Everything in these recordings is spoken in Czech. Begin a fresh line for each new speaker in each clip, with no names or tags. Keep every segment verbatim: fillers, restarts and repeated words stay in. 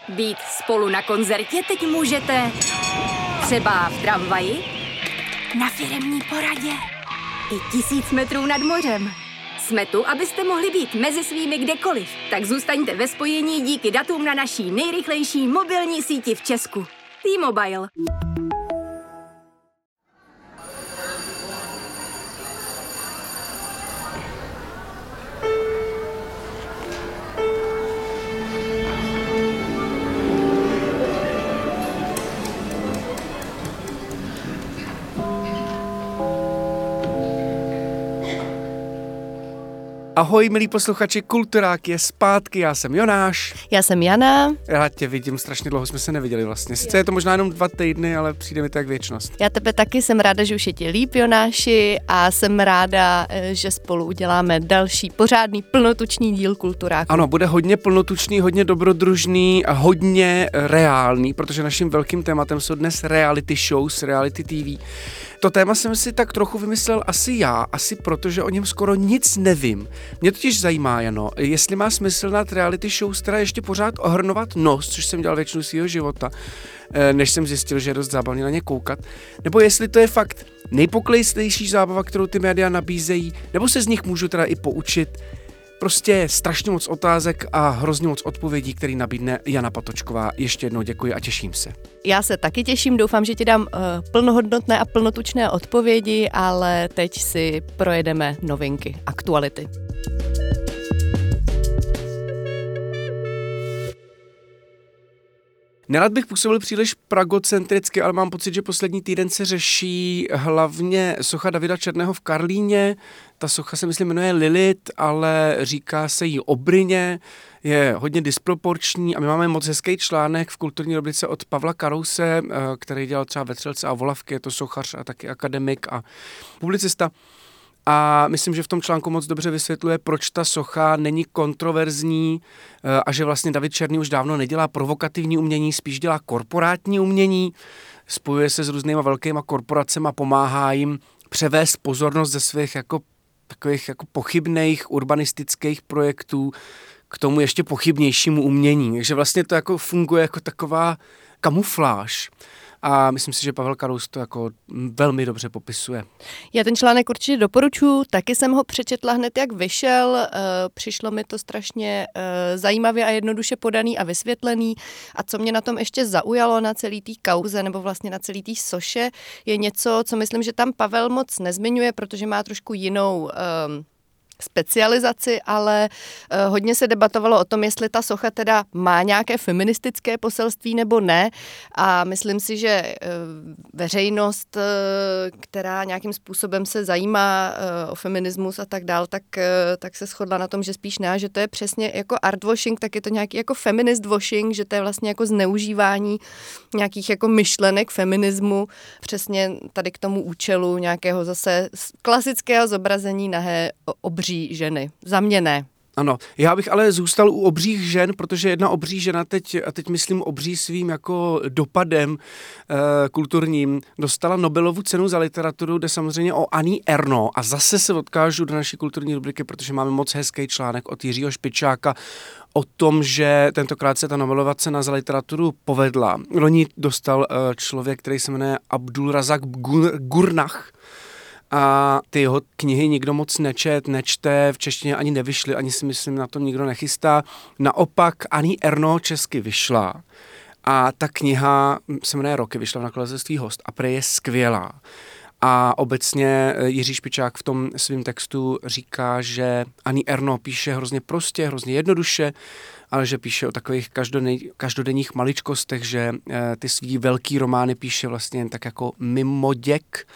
Být spolu na koncertě teď můžete třeba v tramvaji, na firemní poradě i tisíc metrů nad mořem. Jsme tu, abyste mohli být mezi svými kdekoliv. Tak zůstaňte ve spojení díky datům na naší nejrychlejší mobilní síti v Česku. T-Mobile.
Ahoj, milí posluchači, Kulturák je zpátky, já jsem Jonáš.
Já jsem Jana.
Já tě vidím, strašně dlouho jsme se neviděli vlastně. Sice je to možná jenom dva týdny, ale přijde mi to jak věčnost.
Já tebe taky, jsem ráda, že už je ti líp, Jonáši, a jsem ráda, že spolu uděláme další pořádný plnotučný díl Kulturáku.
Ano, bude hodně plnotučný, hodně dobrodružný a hodně reálný, protože naším velkým tématem jsou dnes reality shows, reality T V. To téma jsem si tak trochu vymyslel asi já, asi proto, že o něm skoro nic nevím. Mě totiž zajímá, Jano, jestli má smysl nad reality shows teda ještě pořád ohrnovat nos, což jsem dělal většinu svého života, než jsem zjistil, že je dost zábavně na ně koukat, nebo jestli to je fakt nejpoklejstější zábava, kterou ty média nabízejí, nebo se z nich můžu teda i poučit. Prostě strašně moc otázek a hrozně moc odpovědí, který nabídne Jana Patočková. Ještě jednou děkuji a těším se.
Já se taky těším, doufám, že ti dám uh, plnohodnotné a plnotučné odpovědi, ale teď si projedeme novinky, aktuality.
Nerad bych působil příliš pragocentricky, ale mám pocit, že poslední týden se řeší hlavně socha Davida Černého v Karlíně. Ta socha se myslím jmenuje Lilith, ale říká se jí Obryně, je hodně disproporční a my máme moc hezký článek v Kulturní rubrice od Pavla Karouse, který dělal třeba Vetřelce a Volavky, je to sochař a taky akademik a publicista. A myslím, že v tom článku moc dobře vysvětluje, proč ta socha není kontroverzní a že vlastně David Černý už dávno nedělá provokativní umění, spíš dělá korporátní umění, spojuje se s různýma velkýma korporacemi a pomáhá jim převést pozornost ze svých jako takových jako pochybných urbanistických projektů k tomu ještě pochybnějšímu umění. Takže vlastně to jako funguje jako taková kamufláž. A myslím si, že Pavel Karous to jako velmi dobře popisuje.
Já ten článek určitě doporučuji, taky jsem ho přečetla hned, jak vyšel. Přišlo mi to strašně zajímavě a jednoduše podaný a vysvětlený. A co mě na tom ještě zaujalo na celý té kauze, nebo vlastně na celý té soše, je něco, co myslím, že tam Pavel moc nezmiňuje, protože má trošku jinou um, specializaci, ale uh, hodně se debatovalo o tom, jestli ta socha teda má nějaké feministické poselství nebo ne, a myslím si, že uh, veřejnost, uh, která nějakým způsobem se zajímá uh, o feminismus a tak dál, tak, uh, tak se shodla na tom, že spíš ne, že to je přesně jako artwashing, tak je to nějaký jako feminist washing, že to je vlastně jako zneužívání nějakých jako myšlenek feminismu přesně tady k tomu účelu nějakého zase klasického zobrazení nahé obří ženy. Za mě ne.
Ano, já bych ale zůstal u obřích žen, protože jedna obří žena teď, a teď myslím obří svým jako dopadem e, kulturním, dostala Nobelovu cenu za literaturu, jde samozřejmě o Annie Ernaux a zase se odkážu do naší kulturní rubriky, protože máme moc hezký článek od Jiřího Špičáka o tom, že tentokrát se ta Nobelova cena za literaturu povedla. Loni dostal e, člověk, který se jmenuje Abdulrazak Gurnah, a ty jeho knihy nikdo moc nečet, nečte, v češtině ani nevyšly, ani si myslím na tom nikdo nechystá. Naopak Annie Ernaux česky vyšla a ta kniha se jmenuje Roky, vyšla v nakladatelství Host a prej je skvělá. A obecně Jiří Špičák v tom svém textu říká, že Annie Ernaux píše hrozně prostě, hrozně jednoduše, ale že píše o takových každodenních, každodenních maličkostech, že ty svý velký romány píše vlastně jen tak jako mimoděk.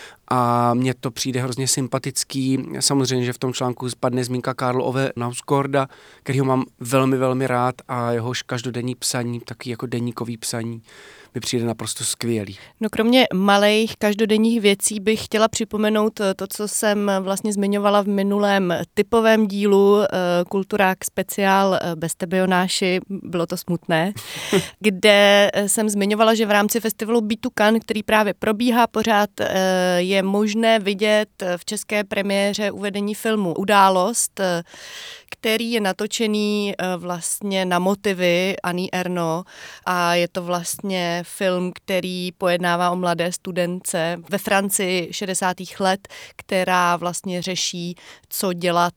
A mně to přijde hrozně sympatický. Samozřejmě, že v tom článku spadne zmínka Karla Ove Knausgårda, kterýho mám velmi, velmi rád a jehož každodenní psaní, taky jako deníkový psaní, mi přijde naprosto skvělý.
No kromě malých každodenních věcí bych chtěla připomenout to, co jsem vlastně zmiňovala v minulém tipovém dílu Kulturák speciál Bez tebe, Jonáši, bylo to smutné, kde jsem zmiňovala, že v rámci festivalu Beat to Cannes, který právě probíhá pořád, je je možné vidět v české premiéře uvedení filmu Událost, který je natočený vlastně na motivy Annie Ernaux a je to vlastně film, který pojednává o mladé studence ve Francii šedesátých let, která vlastně řeší, co dělat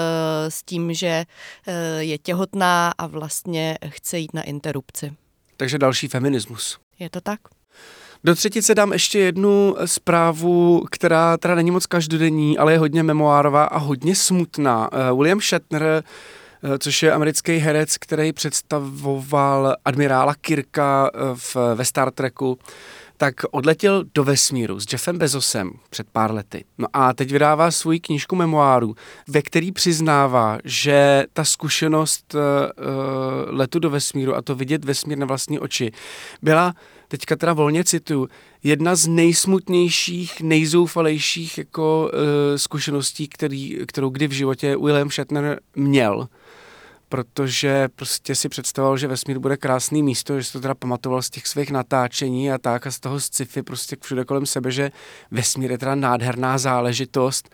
s tím, že je těhotná a vlastně chce jít na interrupci.
Takže další feminismus.
Je to tak?
Do třetice dám ještě jednu zprávu, která teda není moc každodenní, ale je hodně memoárová a hodně smutná. William Shatner, což je americký herec, který představoval admirála Kirka v, ve Star Treku, tak odletěl do vesmíru s Jeffem Bezosem před pár lety. No a teď vydává svoji knížku memoáru, ve který přiznává, že ta zkušenost uh, letu do vesmíru a to vidět vesmír na vlastní oči byla, teďka teda volně cituju, jedna z nejsmutnějších, nejzoufalejších jako uh, zkušeností, který, kterou kdy v životě William Shatner měl. Protože prostě si představoval, že vesmír bude krásný místo, že si to teda pamatoval z těch svých natáčení a tak a z toho sci-fi prostě všude kolem sebe, že vesmír je teda nádherná záležitost.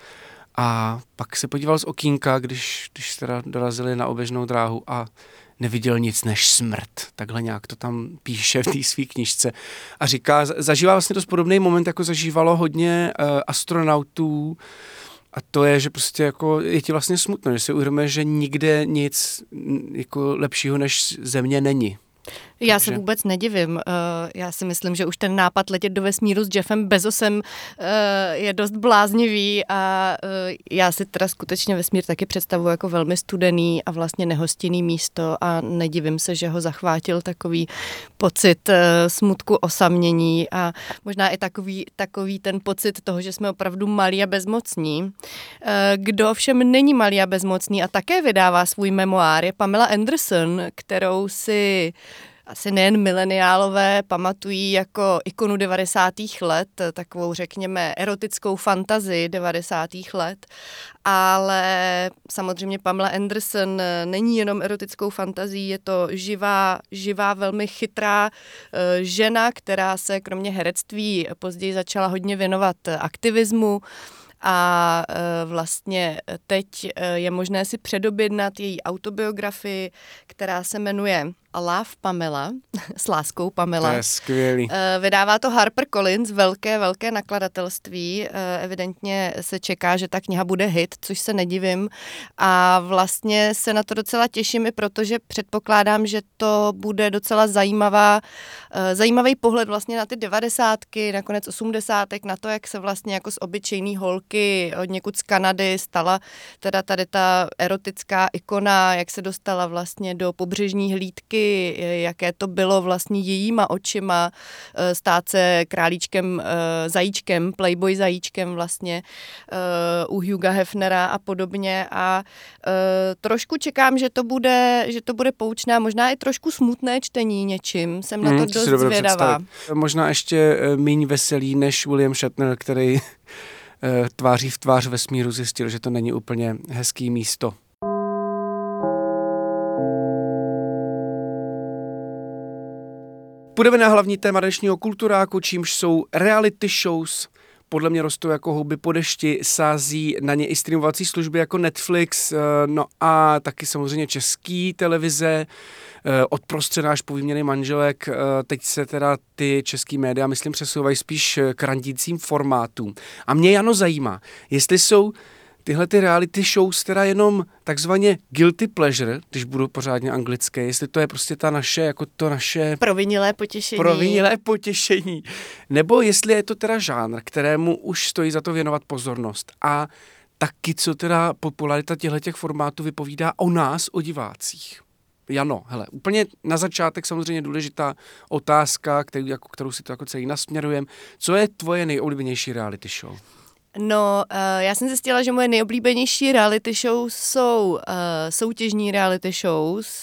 A pak se podíval z okýnka, když, když teda dorazili na oběžnou dráhu a neviděl nic než smrt. Takhle nějak to tam píše v té své knížce. A říká, zažívá vlastně dost podobný moment, jako zažívalo hodně uh, astronautů. A to je, že prostě jako je ti vlastně smutno, že si uvědomuje, že nikde nic jako lepšího než Země není.
Já
Takže...
se vůbec nedivím. Já si myslím, že už ten nápad letět do vesmíru s Jeffem Bezosem je dost bláznivý a já si teda skutečně vesmír taky představuji jako velmi studený a vlastně nehostinný místo a nedivím se, že ho zachvátil takový pocit smutku, osamění a možná i takový, takový ten pocit toho, že jsme opravdu malí a bezmocní. Kdo ovšem není malý a bezmocný a také vydává svůj memoár je Pamela Anderson, kterou si asi nejen mileniálové pamatují jako ikonu devadesátých let, takovou řekněme erotickou fantazii devadesátých let, ale samozřejmě Pamela Anderson není jenom erotickou fantazí, je to živá, živá velmi chytrá žena, která se kromě herectví později začala hodně věnovat aktivismu. A vlastně teď je možné si předobjednat její autobiografii, která se jmenuje Love Pamela, s láskou Pamela.
To je skvělý.
Vydává to HarperCollins, velké, velké nakladatelství. Evidentně se čeká, že ta kniha bude hit, což se nedivím. A vlastně se na to docela těším i protože předpokládám, že to bude docela zajímavá, zajímavý pohled vlastně na ty devadesátky, nakonec osmdesátek, na to, jak se vlastně jako z obyčejný holky od někud z Kanady stala teda tady ta erotická ikona, jak se dostala vlastně do pobřežní hlídky, jaké to bylo vlastně jejíma očima stát se králíčkem, zajíčkem, playboy zajíčkem vlastně u Hugha Hefnera a podobně a trošku čekám, že to bude, že to bude poučné, možná i trošku smutné čtení něčím, jsem na to hmm, dost zvědavá.
Možná ještě míň veselý než William Shatner, který tváří v tvář vesmíru zjistil, že to není úplně hezký místo. Půjdeme na hlavní téma dnešního Kulturáku, čímž jsou reality shows. Podle mě rostou jako houby po dešti, sází na ně i streamovací služby jako Netflix, no a taky samozřejmě český televize, od prostředí až po výměny manželek. Teď se teda ty český média, myslím, přesouvají spíš k randícím formátům. A mě, Jano, zajímá, jestli jsou tyhle ty reality shows teda jenom takzvaně guilty pleasure, když budu pořádně anglické, jestli to je prostě ta naše, jako to naše...
Provinilé potěšení.
Provinilé potěšení. Nebo jestli je to teda žánr, kterému už stojí za to věnovat pozornost. A taky, co teda popularita těchto formátů vypovídá o nás, o divácích. Jano, hele, úplně na začátek samozřejmě důležitá otázka, kterou, jako, kterou si to jako celý nasměrujeme. Co je tvoje nejoblíbenější reality show?
No, uh, já jsem zjistila, že moje nejoblíbenější reality show jsou uh, soutěžní reality shows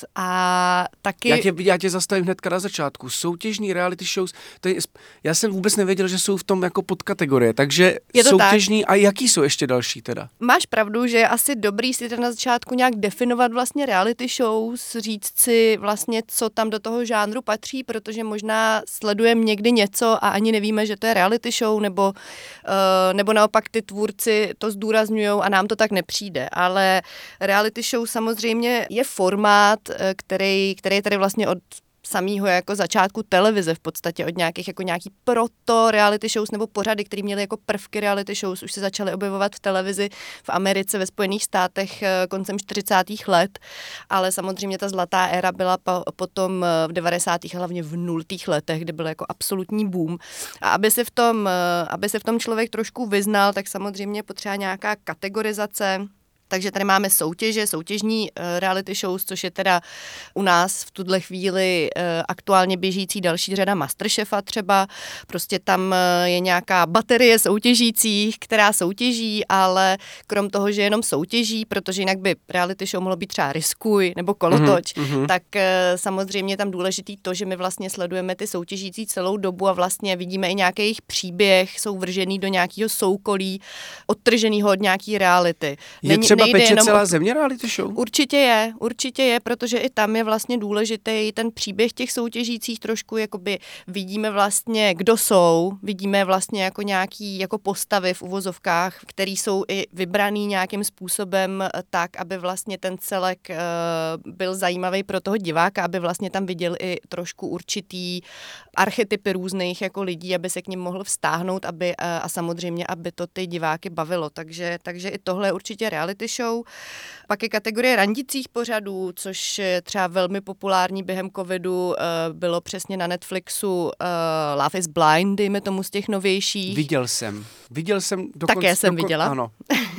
a taky...
Já tě, já tě zastavím hnedka na začátku. Soutěžní reality shows, to je, já jsem vůbec nevěděl, že jsou v tom jako podkategorie, takže soutěžní tak. A jaký jsou ještě další teda?
Máš pravdu, že je asi dobrý si na začátku nějak definovat vlastně reality shows, říct si vlastně, co tam do toho žánru patří, protože možná sledujeme někdy něco a ani nevíme, že to je reality show, nebo, uh, nebo naopak ty tvůrci to zdůrazňujou a nám to tak nepřijde, ale reality show samozřejmě je formát, který, který je tady vlastně od samého jako začátku televize v podstatě, od nějakých jako nějaký proto reality shows nebo pořady, které měly jako prvky reality shows, už se začaly objevovat v televizi v Americe, ve Spojených státech koncem čtyřicátých let, ale samozřejmě ta zlatá éra byla po, potom v devadesátých hlavně v nultých letech, kdy byl jako absolutní boom. A aby se v tom, aby se v tom člověk trošku vyznal, tak samozřejmě potřeba nějaká kategorizace. Takže tady máme soutěže, soutěžní uh, reality shows, což je teda u nás v tuhle chvíli uh, aktuálně běžící další řada Masterchefa třeba. Prostě tam uh, je nějaká baterie soutěžících, která soutěží, ale krom toho, že jenom soutěží, protože jinak by reality show mohlo být třeba Riskuj nebo Kolotoč, mm-hmm. tak uh, samozřejmě je tam důležitý to, že my vlastně sledujeme ty soutěžící celou dobu a vlastně vidíme i nějaký jejich příběh, jsou vržený do nějakého soukolí, odtrženýho od nějaký reality. Není,
Třeba peče celá o... země reality show?
Určitě je, určitě je, protože i tam je vlastně důležitý ten příběh těch soutěžících trošku, jakoby vidíme vlastně, kdo jsou, vidíme vlastně jako nějaký jako postavy v uvozovkách, který jsou i vybraný nějakým způsobem tak, aby vlastně ten celek uh, byl zajímavý pro toho diváka, aby vlastně tam viděl i trošku určitý archetypy různých jako lidí, aby se k nim mohl vztáhnout, aby, uh, a samozřejmě, aby to ty diváky bavilo. Takže, takže i tohle je určitě reality show. Pak je kategorie randicích pořadů, což je třeba velmi populární během covidu, bylo přesně na Netflixu uh, Love is Blind, dejme tomu z těch novějších.
Viděl jsem. Viděl jsem dokonce.
Také jsem
dokon,
viděla.
Ano.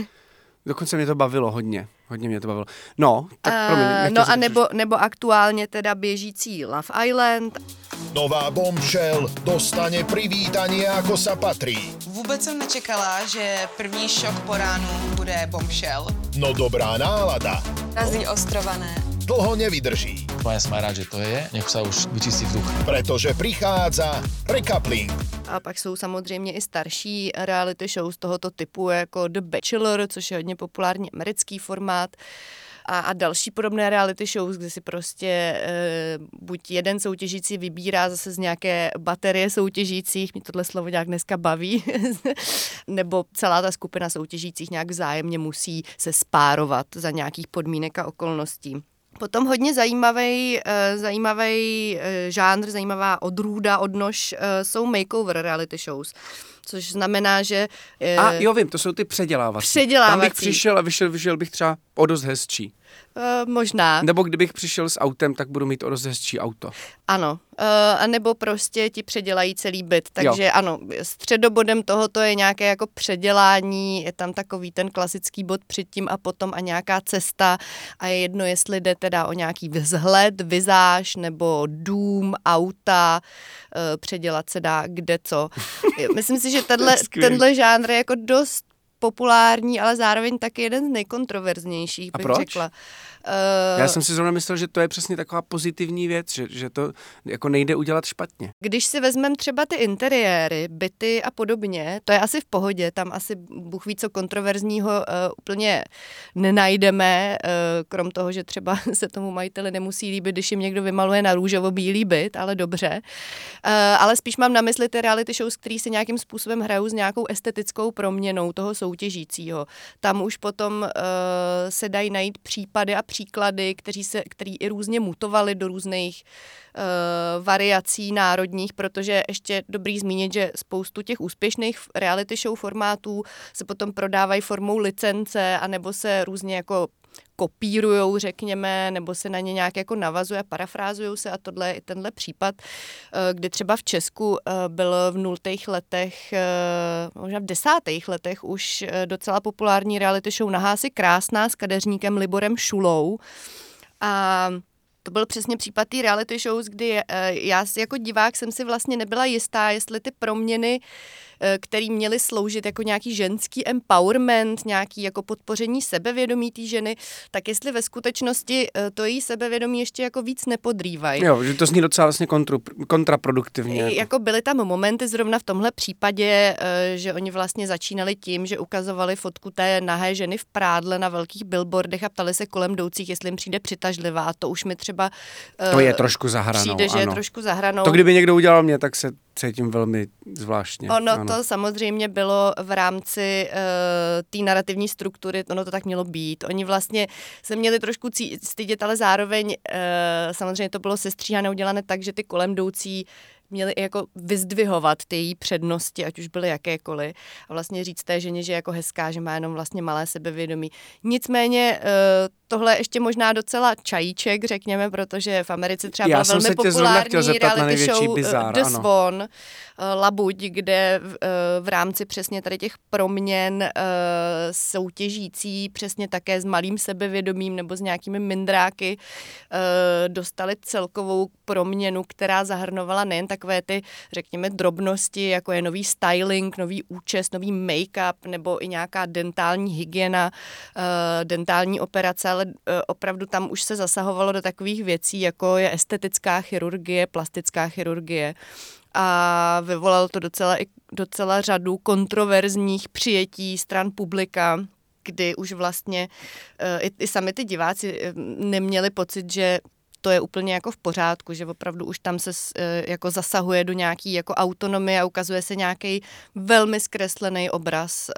Dokonce mě to bavilo hodně. Hodně mě to bavilo. No, tak uh, promiň.
No a nebo, nebo aktuálně teda běžící Love Island.
Nová Bombshell dostane privítanie ako sa patrí.
Vůbec jsem nečekala, že první šok po ránu bude Bombshell.
No dobrá nálada.
Razí ostrované.
Dlho nevydrží.
Ja som aj rád, že to je, nech sa už vyčistí vzduch.
Pretože prichádza Recapling.
A pak jsou samozřejmě i starší reality show z tohoto typu, jako The Bachelor, což je hodně populární americký formát. A, a další podobné reality shows, kde si prostě e, buď jeden soutěžící vybírá zase z nějaké baterie soutěžících, mě tohle slovo nějak dneska baví, nebo celá ta skupina soutěžících nějak vzájemně musí se spárovat za nějakých podmínek a okolností. Potom hodně zajímavý, zajímavý žánr, zajímavá odrůda, odnož jsou makeover reality shows. Což znamená, že...
A jo, vím, to jsou ty předělávací.
Předělávací.
Tam bych přišel a vyšel, vyšel bych třeba o dost hezčí.
Uh, možná.
Nebo kdybych přišel s autem, tak budu mít o dost hezčí auto.
Ano. Uh, a nebo prostě ti předělají celý byt. Takže
jo.
Ano, středobodem tohoto je nějaké jako předělání, je tam takový ten klasický bod předtím a potom a nějaká cesta a je jedno, jestli jde teda o nějaký vzhled, vizáž nebo dům, auta, uh, předělat se dá kde co. Myslím si, že tenhle, tenhle žánr je jako dost populární, ale zároveň taky jeden z nejkontroverznějších, bych řekla.
Uh, Já jsem si zrovna myslel, že to je přesně taková pozitivní věc, že, že to jako nejde udělat špatně.
Když si vezmeme třeba ty interiéry, byty a podobně, to je asi v pohodě, tam asi Bůh ví, co kontroverzního uh, úplně nenajdeme, uh, krom toho, že třeba se tomu majiteli nemusí líbit, když jim někdo vymaluje na růžovo-bílý byt, ale dobře. Uh, ale spíš mám na mysli ty reality shows, který si nějakým způsobem hrajou s nějakou estetickou proměnou toho soutěžícího. Tam už potom uh, se dají najít případy a příklady, kteří se, který i různě mutovali do různých uh, variací národních, protože ještě dobrý zmínit, že spoustu těch úspěšných reality show formátů se potom prodávají formou licence, anebo se různě jako kopírujou, řekněme, nebo se na ně nějak jako navazuje, parafrázujou se a tohle je tenhle případ, kdy třeba v Česku byl v nultých letech, možná v desátých letech už docela populární reality show Nahá si krásná s kadeřníkem Liborem Šulou a to byl přesně případ té reality shows, kdy já jako divák jsem si vlastně nebyla jistá, jestli ty proměny, který měly sloužit jako nějaký ženský empowerment, nějaký jako podpoření sebevědomí té ženy, tak jestli ve skutečnosti to její sebevědomí ještě jako víc nepodrývají.
Jo, že to zní docela vlastně kontru, kontraproduktivně.
Jako. jako byly tam momenty zrovna v tomhle případě, že oni vlastně začínali tím, že ukazovali fotku té nahé ženy v prádle na velkých billboardech a ptali se kolem jdoucích, jestli jim přijde přitažlivá. To už mi třeba
to je trošku za hranou.
Přijde, že
ano.
je trošku za hranou.
To kdyby někdo udělal mě, tak se cítím velmi zvláštně.
Ono
ano.
to samozřejmě bylo v rámci uh, té narrativní struktury, ono to tak mělo být. Oni vlastně se měli trošku cí- stydět, ale zároveň uh, samozřejmě to bylo sestříhané, udělané tak, že ty kolem jdoucí měli i jako vyzdvihovat ty její přednosti, ať už byly jakékoliv. A vlastně říct té ženě, že je jako hezká, že má jenom vlastně malé sebevědomí. Nicméně tohle je ještě možná docela čajíček, řekněme, protože v Americe třeba byla velmi populární reality show
bizár,
The
ano.
Swan, Labuť, kde v, v rámci přesně tady těch proměn soutěžící přesně také s malým sebevědomím nebo s nějakými mindráky dostali celkovou proměnu, která zahrnovala nejen takové ty, řekněme, drobnosti, jako je nový styling, nový účes, nový make-up nebo i nějaká dentální hygiena, dentální operace, ale opravdu tam už se zasahovalo do takových věcí, jako je estetická chirurgie, plastická chirurgie. A vyvolalo to docela, docela řadu kontroverzních přijetí stran publika, kdy už vlastně i, i sami ty diváci neměli pocit, že to je úplně jako v pořádku, že opravdu už tam se jako zasahuje do nějaký jako autonomie a ukazuje se nějaký velmi zkreslený obraz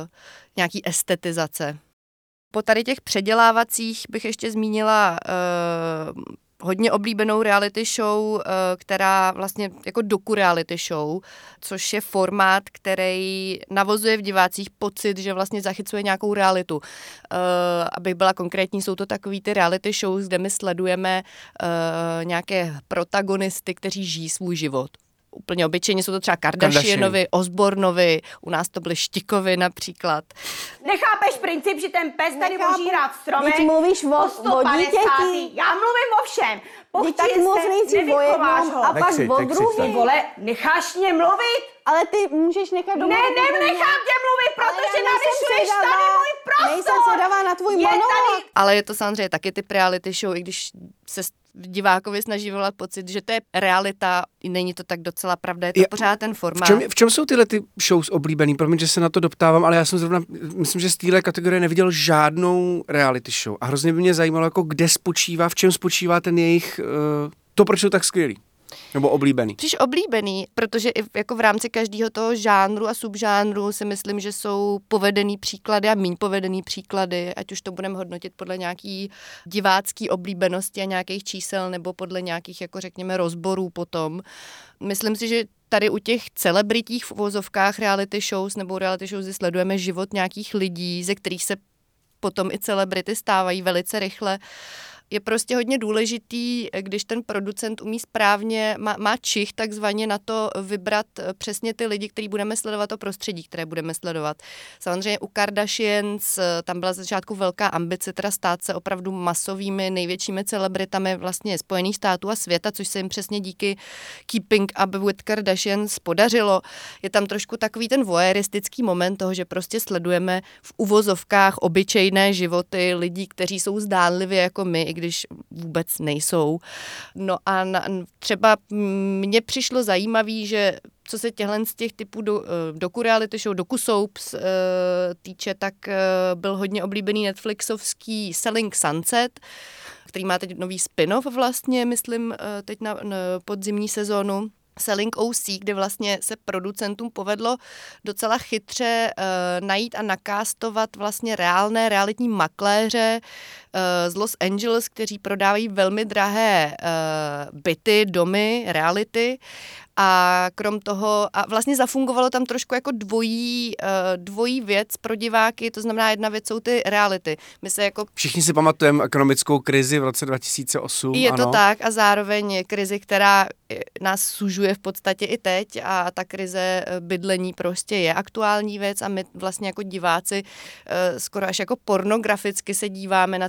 nějaký estetizace. Po tady těch předělávacích bych ještě zmínila uh, hodně oblíbenou reality show, uh, která vlastně jako doku reality show, což je formát, který navozuje v divácích pocit, že vlastně zachycuje nějakou realitu. Uh, abych byla konkrétní, jsou to takový ty reality shows, kde my sledujeme uh, nějaké protagonisty, kteří žijí svůj život. Úplně obyčejně jsou to třeba Kardashianovi, Osbornovi, u nás to byly Štikovi například.
Nechápeš princip, že ten pes tady může rád stromek?
Teď mluvíš o, o dítěti.
Já mluvím o všem.
Ty tak mluv nejdřív o jednom a pak o druhý.
Vole, necháš mě mluvit?
Ale ty můžeš nechat doma.
Ne, ne, nechám tě mluvit, protože navyšuješ tady můj prostor.
Nejsem zvědavá na tvůj monolog.
Ale je to samozřejmě taky typ reality show, i když se divákovi snaží volat pocit, že to je realita, není to tak docela pravda, je to je, pořád ten formát.
V čem, v čem jsou tyhle ty shows oblíbený? Promiň, že se na to doptávám, ale já jsem zrovna, myslím, že z téhle kategorie neviděl žádnou reality show. A hrozně by mě zajímalo, jako kde spočívá, v čem spočívá ten jejich, uh, to, proč jsou tak skvělý. Nebo oblíbený.
Přiš oblíbený, protože i jako v rámci každého toho žánru a subžánru si myslím, že jsou povedený příklady a míň povedený příklady, ať už to budeme hodnotit podle nějaký divácký oblíbenosti a nějakých čísel nebo podle nějakých, jako řekněme, rozborů potom. Myslím si, že tady u těch celebritích v uvozovkách reality shows nebo reality shows sledujeme život nějakých lidí, ze kterých se potom i celebrity stávají velice rychle. Je prostě hodně důležitý, když ten producent umí správně, má, má čich takzvaně na to vybrat přesně ty lidi, který budeme sledovat, to prostředí, které budeme sledovat. Samozřejmě u Kardashians tam byla z začátku velká ambice teda stát se opravdu masovými, největšími celebritami vlastně Spojených států a světa, což se jim přesně díky Keeping Up with Kardashians podařilo. Je tam trošku takový ten voyeuristický moment toho, že prostě sledujeme v uvozovkách obyčejné životy lidí, kteří jsou zdánlivě jako my, když vůbec nejsou. No a na, třeba mně přišlo zajímavý, že co se těchhle z těch typů do, doku reality show, doku soaps uh, týče, tak uh, byl hodně oblíbený Netflixovský Selling Sunset, který má teď nový spin-off vlastně, myslím, uh, teď na, na podzimní sezónu. Selling O C, kde vlastně se producentům povedlo docela chytře uh, najít a nakástovat vlastně reálné realitní makléře uh, z Los Angeles, kteří prodávají velmi drahé uh, byty, domy, reality. A krom toho, a vlastně zafungovalo tam trošku jako dvojí, uh, dvojí věc pro diváky, to znamená jedna věc jsou ty reality. My se jako...
Všichni si pamatujeme ekonomickou krizi v roce dva tisíce osm.
Je
ano.
to tak a zároveň krizi, která nás sužuje v podstatě i teď a ta krize bydlení prostě je aktuální věc a my vlastně jako diváci uh, skoro až jako pornograficky se díváme na ty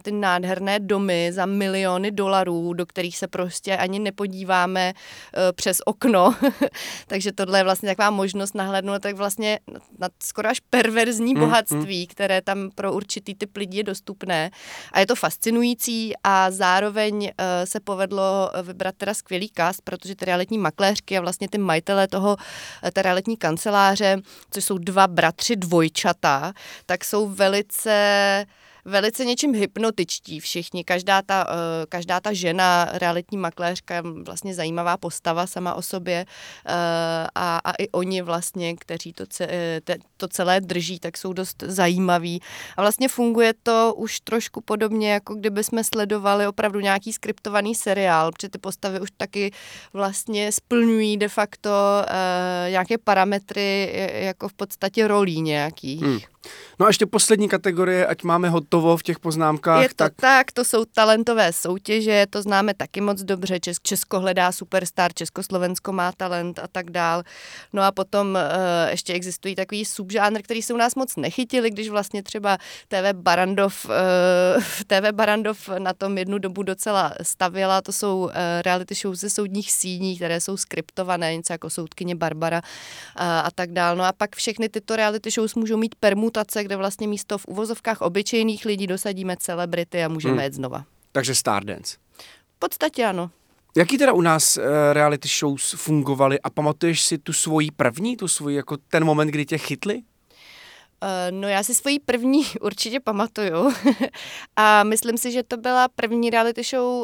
ty nádherné domy za miliony dolarů, do kterých se prostě ani nepodíváme uh, přes okno. Takže tohle je vlastně taková možnost nahlédnout tak vlastně na skoro až perverzní mm, bohatství, mm. které tam pro určitý typ lidí je dostupné. A je to fascinující a zároveň uh, se povedlo vybrat teda skvělý cast, protože ty realitní makléřky a vlastně ty majitelé toho, té realitní kanceláře, což jsou dva bratři dvojčata, tak jsou velice... velice něčím hypnotičtí všichni. Každá ta, každá ta žena, realitní makléřka, je vlastně zajímavá postava sama o sobě a, a i oni vlastně, kteří to, to celé drží, tak jsou dost zajímaví. A vlastně funguje to už trošku podobně, jako kdyby jsme sledovali opravdu nějaký skriptovaný seriál, protože ty postavy už taky vlastně splňují de facto nějaké parametry jako v podstatě rolí nějakých. Hmm.
No a ještě poslední kategorie, ať máme hotovo v těch poznámkách.
Je to
tak,
tak, to jsou talentové soutěže, to známe taky moc dobře, Česko, Česko hledá superstar, Československo má talent a tak dál. No a potom uh, ještě existují takový subžánr, který se u nás moc nechytili, když vlastně třeba T V Barandov, uh, T V Barandov na tom jednu dobu docela stavěla, to jsou uh, reality show ze soudních síní, které jsou skriptované, něco jako Soudkyně Barbara uh, a tak dál. No a pak všechny tyto reality shows můžou mít permutace, kde vlastně místo v uvozovkách obyčejných lidí dosadíme celebrity a můžeme hmm. jet znova.
Takže Stardance.
V podstatě ano.
Jaký teda u nás uh, reality shows fungovaly a pamatuješ si tu svoji první, tu svoji jako ten moment, kdy tě chytli?
No já si svoji první určitě pamatuju a myslím si, že to byla první reality show uh,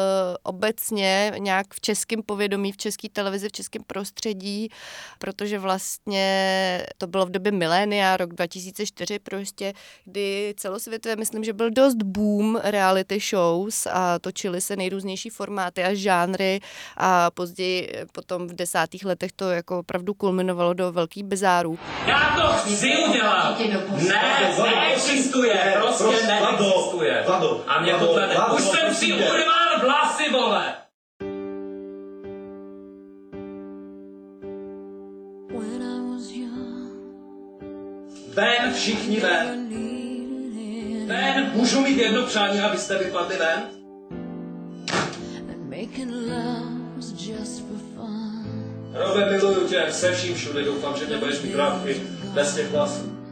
obecně nějak v českém povědomí, v české televizi, v českém prostředí, protože vlastně to bylo v době milénia, rok dva tisíce čtyři prostě, kdy celosvětově myslím, že byl dost boom reality shows a točily se nejrůznější formáty a žánry a později potom v desátých letech to jako opravdu kulminovalo do velkých bizárů.
Já to chci udělat! Ne, neexistuje, prostě neexistuje. A mě to vede. Už jsem si urval vlasy, vole! Ven, všichni ven. Ven, můžu mít jedno přání, abyste vypadli ven? Robe, miluju tě, se vším všude, doufám, že mě budeš mít rád i bez těch vlasů.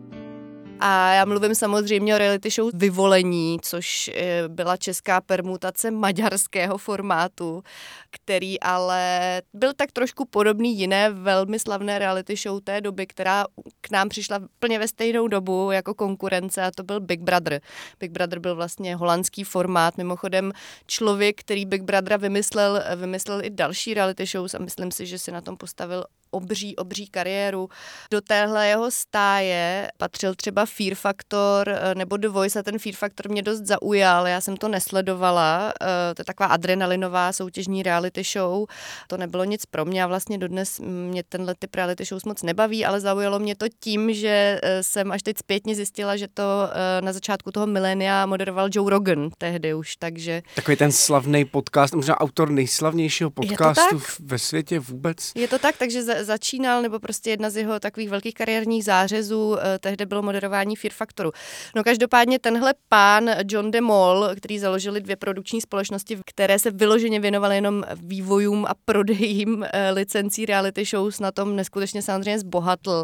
A já mluvím samozřejmě o reality show Vyvolení, což byla česká permutace maďarského formátu, který ale byl tak trošku podobný jiné velmi slavné reality show té doby, která k nám přišla plně ve stejnou dobu jako konkurence a to byl Big Brother. Big Brother byl vlastně holandský formát, mimochodem člověk, který Big Brothera vymyslel, vymyslel i další reality shows a myslím si, že si na tom postavil obří, obří kariéru. Do téhle jeho stáje patřil třeba Fear Factor nebo The Voice a ten Fear Factor mě dost zaujal, já jsem to nesledovala, to je taková adrenalinová soutěžní reality show, to nebylo nic pro mě a vlastně dodnes mě tenhle typ reality shows moc nebaví, ale zaujalo mě to tím, že jsem až teď zpětně zjistila, že to na začátku toho milénia moderoval Joe Rogan tehdy už, takže...
Takový ten slavný podcast, možná autor nejslavnějšího podcastu ve světě vůbec.
Je to tak, takže za, začínal, nebo prostě jedna z jeho takových velkých kariérních zářezů, tehdy bylo moderování Fear Factoru. No každopádně tenhle pán John de Mol, který založili dvě produkční společnosti, které se vyloženě věnovaly jenom vývojům a prodejím licencí reality shows, na tom neskutečně samozřejmě zbohatl.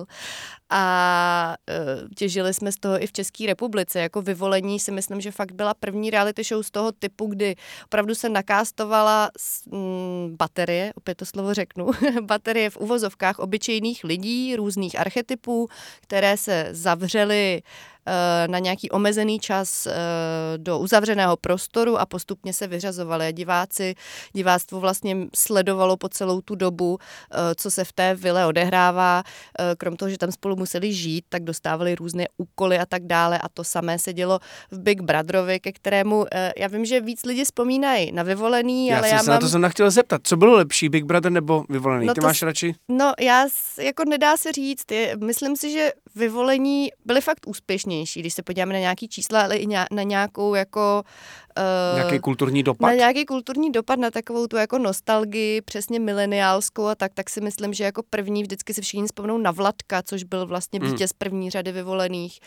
A e, těžili jsme z toho i v České republice. Jako Vyvolení si myslím, že fakt byla první reality show z toho typu, kdy opravdu se nakástovala mm, baterie, opět to slovo řeknu, baterie v uvozovkách obyčejných lidí, různých archetypů, které se zavřely na nějaký omezený čas do uzavřeného prostoru a postupně se vyřazovali. A diváci, diváctvo vlastně sledovalo po celou tu dobu, co se v té vile odehrává. Krom toho, že tam spolu museli žít, tak dostávali různé úkoly a tak dále. A to samé se dělo v Big Brotherovi, ke kterému, já vím, že víc lidi vzpomínají na Vyvolený,
já
ale
já
já
se
mám...
na to jsem chtěla zeptat. Co bylo lepší, Big Brother nebo Vyvolený?
No
Ty
to...
máš radši?
No, já jako nedá se říct. Je, myslím si, že Vyvolení byli fakt úspěšní. úspěšnější, když se podíváme na nějaký čísla, ale i na nějakou jako...
Uh, nějaký kulturní dopad?
Na nějaký kulturní dopad, na takovou tu jako nostalgii, přesně mileniálskou a tak, tak si myslím, že jako první vždycky si všichni vzpomnou na Vladka, což byl vlastně vítěz mm. první řady vyvolených.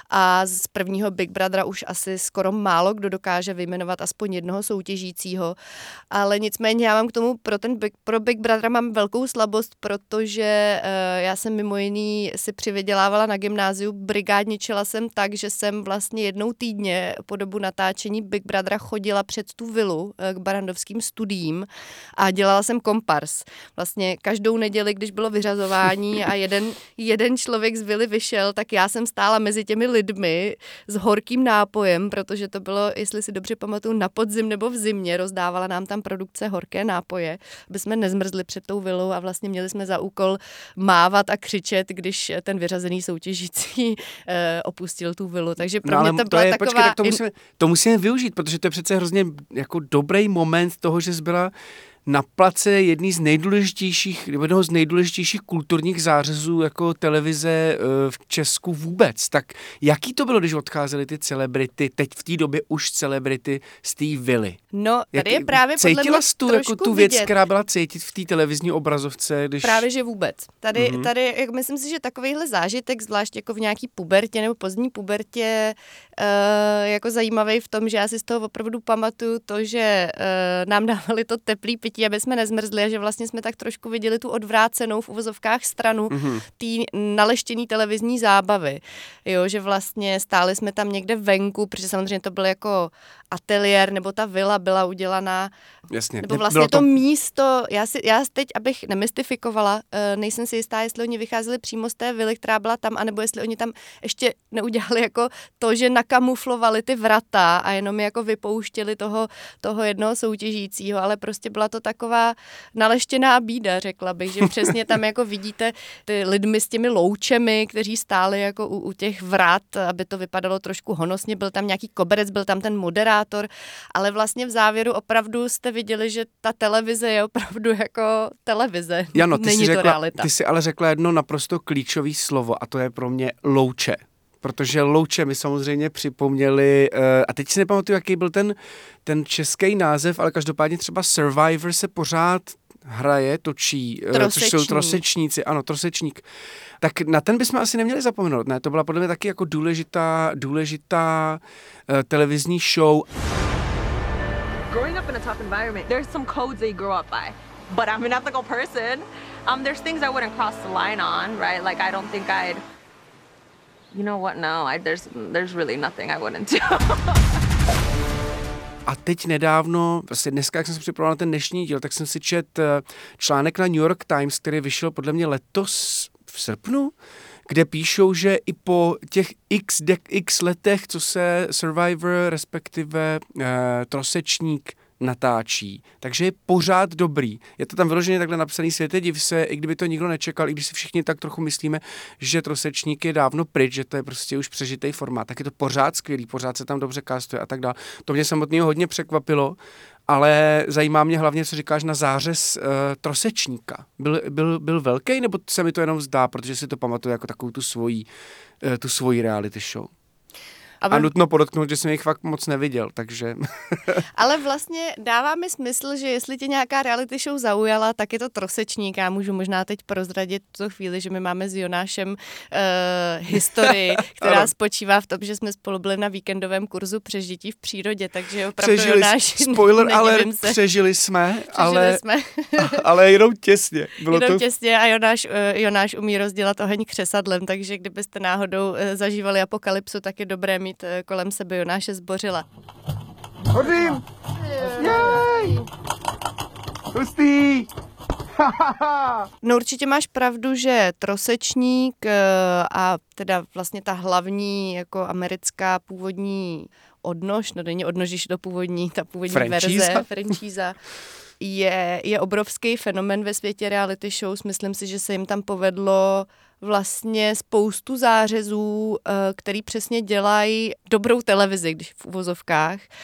A z prvního Big Brothera už asi skoro málo kdo dokáže vyjmenovat aspoň jednoho soutěžícího. Ale nicméně já mám k tomu, pro ten Big, pro Big Brothera mám velkou slabost, protože uh, já jsem mimo jiný si přivydělávala na gymnáziu, brigádničila jsem tak, že jsem vlastně jednou týdně po dobu natáčení Big Brothera chodila před tu vilu k barandovským studiím a dělala jsem kompars. Vlastně každou neděli, když bylo vyřazování a jeden, jeden člověk z vily vyšel, tak já jsem stála mezi těmi lidmi s horkým nápojem, protože to bylo, jestli si dobře pamatuju, na podzim nebo v zimě, rozdávala nám tam produkce horké nápoje, aby jsme nezmrzli před tou vilou a vlastně měli jsme za úkol mávat a křičet, když ten vyřazený soutěžící eh, opustil tu vilu. Takže pro no, mě to, to byla
je,
taková...
Počkej, tak to, musíme, to musíme využít, protože to je přece hrozně jako dobrý moment toho, že jsi byla na place jedný z nejdůležitějších, nebo jednoho z nejdůležitějších kulturních zářezů jako televize v Česku vůbec. Tak jaký to bylo, když odcházely ty celebrity, teď v té době už celebrity z té vily?
No, tady je právě podle mě
cítila jsi tu, jako tu věc, vidět. Která byla cítit v té televizní obrazovce? Když...
Právě, že vůbec. Tady, mm-hmm. tady jak myslím si, že takovýhle zážitek, zvlášť jako v nějaký pubertě nebo pozdní pubertě, uh, jako zajímavý v tom, že já si z toho opravdu pamatuju to, že uh, nám dávali to teplý pití, aby jsme nezmrzli a že vlastně jsme tak trošku viděli tu odvrácenou v uvozovkách stranu mm-hmm. té naleštěný televizní zábavy. Jo, že vlastně stáli jsme tam někde venku, protože samozřejmě to byl jako ateliér, nebo ta vila byla udělaná,
Jasně.
nebo vlastně to... to místo, já, si, já teď, abych nemystifikovala, nejsem si jistá, jestli oni vycházeli přímo z té vily, která byla tam, anebo jestli oni tam ještě neudělali jako to, že nakamuflovali ty vrata a jenom jako vypouštěli toho, toho jednoho soutěžícího, ale prostě byla to taková naleštěná bída, řekla bych, že přesně tam jako vidíte ty lidmi s těmi loučemi, kteří stáli jako u, u těch vrat, aby to vypadalo trošku honosně, byl tam nějaký koberec, byl tam ten moderátor, ale vlastně v závěru opravdu jste viděli, že ta televize je opravdu jako televize.
Jano, ty
Není
jsi
to
řekla,
realita.
Ty jsi ale řekla jedno naprosto klíčové slovo a to je pro mě louče. Protože louče mi samozřejmě připomněli, uh, a teď si nepamatuju, jaký byl ten, ten český název, ale každopádně třeba Survivor se pořád hraje, točí, uh, což jsou trosečníci, ano, trosečník. Tak na ten bychom asi neměli zapomenout, ne? To byla podle mě taky jako důležitá, důležitá uh, televizní show.
Growing up in a tough environment, there's some codes that you grow up by. But I'm an ethical person. Um, there's things I wouldn't cross the line on, right? Like I don't think I'd You know what? No, I, there's there's really nothing I wouldn't do.
A teď nedávno, vlastně dneska, jak jsem se připravoval na ten dnešní díl, tak jsem si čet článek na New York Times, který vyšel podle mě letos v srpnu, kde píšou, že i po těch x, de- x letech, co se Survivor, respektive eh, Trosečník natáčí, takže je pořád dobrý. Je to tam vyloženě takhle napsaný, světe div se, i kdyby to nikdo nečekal, i když si všichni tak trochu myslíme, že Trosečník je dávno pryč, že to je prostě už přežitej formát, tak je to pořád skvělý, pořád se tam dobře castuje a tak dále. To mě samotného hodně překvapilo, ale zajímá mě hlavně, co říkáš na zářez uh, Trosečníka. Byl, byl, byl velký, nebo se mi to jenom zdá, protože si to pamatuju jako takovou tu svoji, uh, tu svoji reality show? A nutno podotknout, že jsem jich fakt moc neviděl, takže...
Ale vlastně dává mi smysl, že jestli tě nějaká reality show zaujala, tak je to Trosečník. Já můžu možná teď prozradit tu chvíli, že my máme s Jonášem uh, historii, která spočívá v tom, že jsme spolu byli na víkendovém kurzu přežití v přírodě, takže opravdu
přežili,
Jonáš...
Spoiler alert, se. přežili jsme, přežili ale, jsme. ale jenom těsně. Bylo
jenom
to...
těsně a Jonáš, uh, Jonáš umí rozdělat oheň křesadlem, takže kdybyste náhodou uh, zažívali apokalypsu, tak je dobré mít kolem sebe Jonáše Zbořila.
Hodím! Jej! Hustý!
No určitě máš pravdu, že Trosečník a teda vlastně ta hlavní jako americká původní odnož, no není odnož, když to původní, ta původní
franchíza.
verze, franchíza, je, je obrovský fenomen ve světě reality shows. Myslím si, že se jim tam povedlo vlastně spoustu zářezů, který přesně dělají dobrou televizi, když v uvozovkách.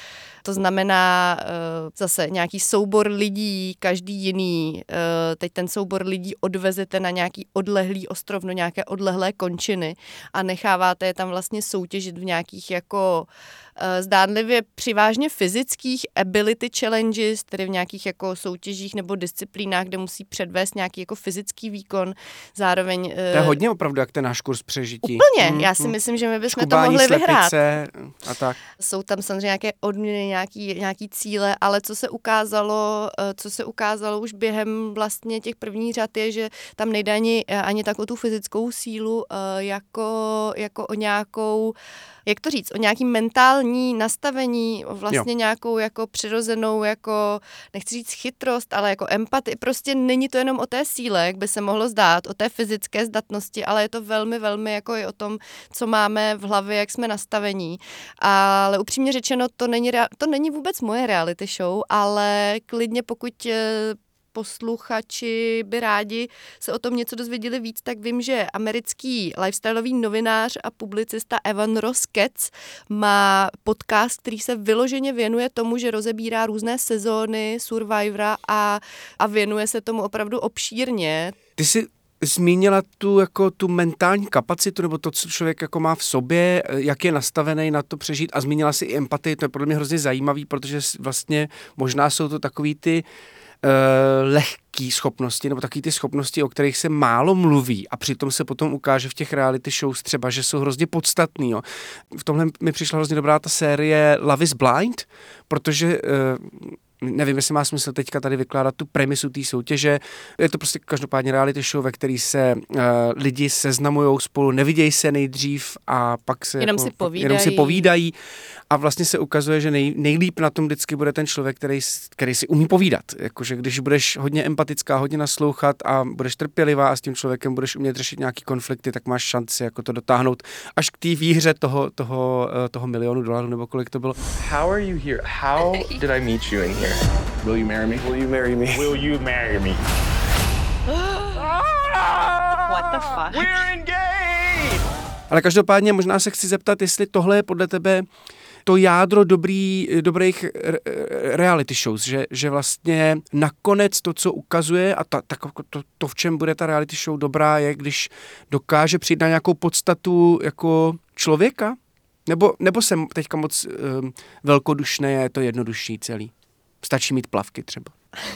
to znamená uh, zase nějaký soubor lidí, každý jiný. Uh, teď ten soubor lidí odvezete na nějaký odlehlý ostrov, no nějaké odlehlé končiny a necháváte je tam vlastně soutěžit v nějakých jako uh, zdánlivě přivážně fyzických ability challenges, tedy v nějakých jako soutěžích nebo disciplínách, kde musí předvést nějaký jako fyzický výkon. Zároveň... Uh,
to je hodně opravdu, jak ten náš kurz přežití.
Úplně.
Hmm,
Já si
hmm.
myslím, že my bychom
Škubání,
to mohli
slepice
vyhrát.
A tak.
Jsou tam samozřejmě nějaké odměny, nějaký, nějaký cíle, ale co se ukázalo, co se ukázalo už během vlastně těch prvních řad je, že tam nejde ani, ani tak o tu fyzickou sílu, jako, jako o nějakou, jak to říct, o nějaký mentální nastavení, vlastně jo. nějakou jako přirozenou, jako, nechci říct chytrost, ale jako empatii. Prostě není to jenom o té síle, jak by se mohlo zdát, o té fyzické zdatnosti, ale je to velmi, velmi jako i o tom, co máme v hlavě, jak jsme nastavení. Ale upřímně řečeno, to není, to není vůbec moje reality show, ale klidně pokud posluchači by rádi se o tom něco dozvěděli víc, tak vím, že americký lifestyleový novinář a publicista Evan Ross Katz má podcast, který se vyloženě věnuje tomu, že rozebírá různé sezóny Survivora a, a věnuje se tomu opravdu obšírně.
Ty jsi zmínila tu, jako, tu mentální kapacitu, nebo to, co člověk jako má v sobě, jak je nastavený na to přežít, a zmínila si i empatii, to je podle mě hrozně zajímavý, protože vlastně možná jsou to takový ty uh, lehké schopnosti, nebo takový ty schopnosti, o kterých se málo mluví a přitom se potom ukáže v těch reality shows třeba, že jsou hrozně podstatný. Jo. V tomhle mi přišla hrozně dobrá ta série Love is Blind, protože uh, nevím, jestli má smysl teďka tady vykládat tu premisu té soutěže. Je to prostě každopádně reality show, ve který se uh, lidi seznamujou spolu, nevidějí se nejdřív a pak se
jenom,
jako,
si, povídají.
jenom si povídají. A vlastně se ukazuje, že nej, nejlíp na tom vždycky bude ten člověk, který, který si umí povídat. Jakože když budeš hodně empatická, hodně naslouchat a budeš trpělivá a s tím člověkem budeš umět řešit nějaký konflikty, tak máš šanci jako to dotáhnout až k té výhře toho, toho, toho milionu dolarů, nebo kolik to bylo.
How are you here? How did I meet you in here? Will you marry me? Will you marry me? Will you marry me?
What the fuck?
We're engaged!
Ale každopádně možná se chci zeptat, jestli tohle je podle tebe to jádro dobrý, dobrých reality shows, že, že vlastně nakonec to, co ukazuje a ta, ta, to, to, v čem bude ta reality show dobrá, je, když dokáže přijít na nějakou podstatu jako člověka? Nebo, nebo jsem teďka moc um, velkodušný a je to jednodušší celý? Stačí mít plavky třeba.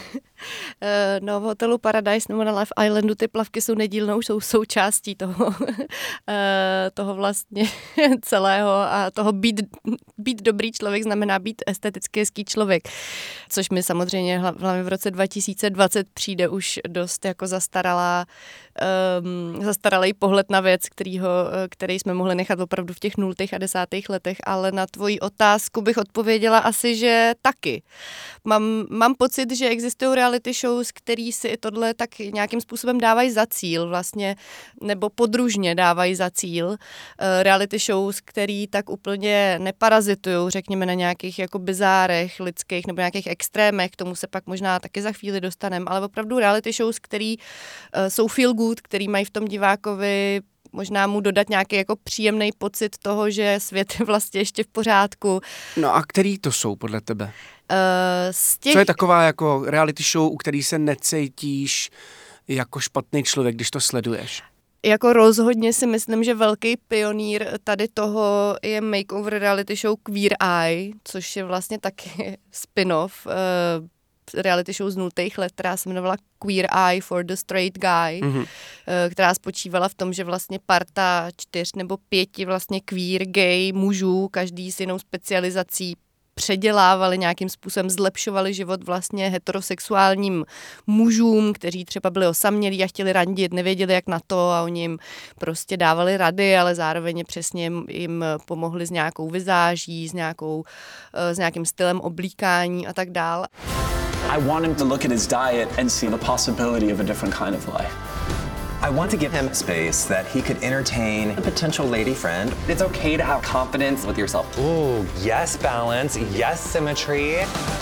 No, v hotelu Paradise nebo na Life Islandu ty plavky jsou nedílnou, jsou součástí toho, toho vlastně celého a toho být, být dobrý člověk znamená být esteticky hezký člověk, což mi samozřejmě hlavně v roce dva tisíce dvacet přijde už dost jako zastaralá, um, zastaralý pohled na věc, kterýho, který jsme mohli nechat opravdu v těch nultých a desátých letech, ale na tvoji otázku bych odpověděla asi, že taky. Mám, mám pocit, že existují reality shows, který si tohle tak nějakým způsobem dávají za cíl vlastně, nebo podružně dávají za cíl. Uh, reality shows, který tak úplně neparazitují, řekněme, na nějakých jako bizárech lidských nebo nějakých extrémech, k tomu se pak možná taky za chvíli dostaneme, ale opravdu reality shows, který uh, jsou feel good, který mají v tom divákovi možná mu dodat nějaký jako příjemný pocit toho, že svět je vlastně ještě v pořádku.
No a který to jsou podle tebe?
Uh, z těch...
Co je taková jako reality show, u který se necítíš jako špatný člověk, když to sleduješ?
Jako rozhodně si myslím, že velký pionýr tady toho je makeover reality show Queer Eye, což je vlastně taky spin-off uh, reality show z nultých let, která se jmenovala Queer Eye for the Straight Guy, mm-hmm. která spočívala v tom, že vlastně parta čtyř nebo pěti vlastně queer, gay mužů, každý s jinou specializací, předělávali nějakým způsobem, zlepšovali život vlastně heterosexuálním mužům, kteří třeba byli osamělí a chtěli randit, nevěděli jak na to a oni jim prostě dávali rady, ale zároveň přesně jim, jim pomohli s nějakou vizáží, s, nějakou, s nějakým stylem oblíkání a tak dál.
I want him to look at his diet and see the possibility of a different kind of life.
I want to give him space that he could entertain a potential lady friend. It's okay to have confidence with yourself.
Ooh, yes balance, yes symmetry.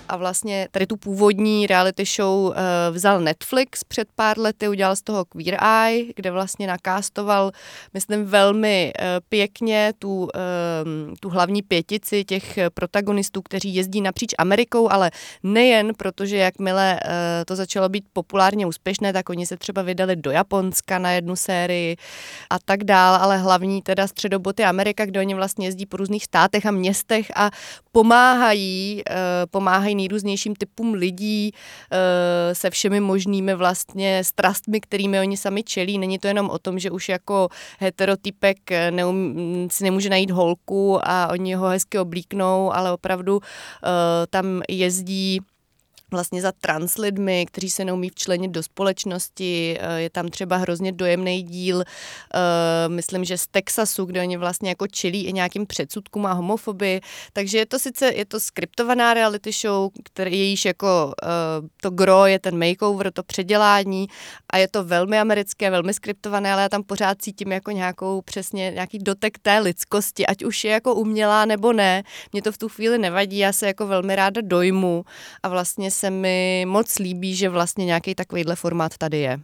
a vlastně tady tu původní reality show uh, vzal Netflix před pár lety, udělal z toho Queer Eye, kde vlastně nakástoval, myslím, velmi uh, pěkně tu, uh, tu hlavní pětici těch protagonistů, kteří jezdí napříč Amerikou, ale nejen, protože jakmile uh, to začalo být populárně úspěšné, tak oni se třeba vydali do Japonska na jednu sérii a tak dál, ale hlavní teda středobod je Amerika, kde oni vlastně jezdí po různých státech a městech a pomáhají, uh, pomáhají nejrůznějším typům lidí uh, se všemi možnými vlastně strastmi, kterými oni sami čelí. Není to jenom o tom, že už jako heterotypek neum, si nemůže najít holku a oni ho hezky oblíknou, ale opravdu uh, tam jezdí vlastně za trans lidmi, kteří se neumí včlenit do společnosti. Je tam třeba hrozně dojemný díl, myslím, že z Texasu, kde oni vlastně jako čelí i nějakým předsudkům a homofobii. Takže je to sice, je to skriptovaná reality show, který jejíž jako to gro je ten makeover, to předělání a je to velmi americké, velmi skriptované, ale já tam pořád cítím jako nějakou přesně nějaký dotek té lidskosti, ať už je jako umělá nebo ne. Mě to v tu chvíli nevadí, já se jako velmi ráda dojmu a vlastně se mi moc líbí, že vlastně nějaký takovýhle formát tady je.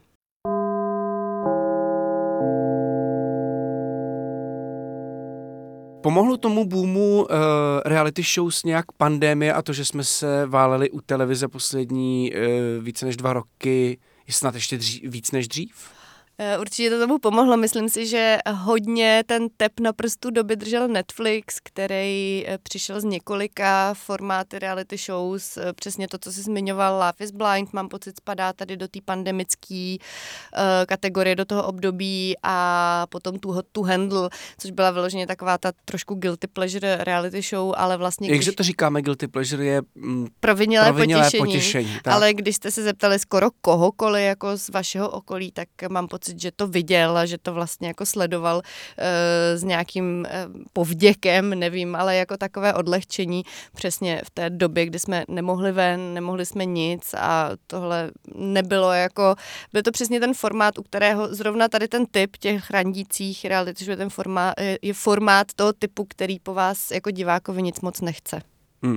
Pomohlo tomu boomu uh, reality shows nějak pandemie a to, že jsme se váleli u televize poslední uh, více než dva roky, je snad ještě dřív, víc než dřív?
Určitě to tomu pomohlo. Myslím si, že hodně ten tep na prstu doby držel Netflix, který přišel z několika formáty reality shows. Přesně to, co jsi zmiňoval, Love is Blind, mám pocit, spadá tady do té pandemické uh, kategorie, do toho období a potom tu Hot to Handle, což byla vyloženě taková ta trošku guilty pleasure reality show, ale vlastně...
Jakže to říkáme, guilty pleasure je mm,
provinilé, provinilé potěšení,
potěšení
ale když jste se zeptali skoro kohokoliv jako z vašeho okolí, tak mám pocit, že to viděl a že to vlastně jako sledoval uh, s nějakým uh, povděkem, nevím, ale jako takové odlehčení přesně v té době, kdy jsme nemohli ven, nemohli jsme nic a tohle nebylo jako, byl to přesně ten formát, u kterého zrovna tady ten typ těch randících reality, že ten formát je formát toho typu, který po vás jako divákovi nic moc nechce.
Hmm.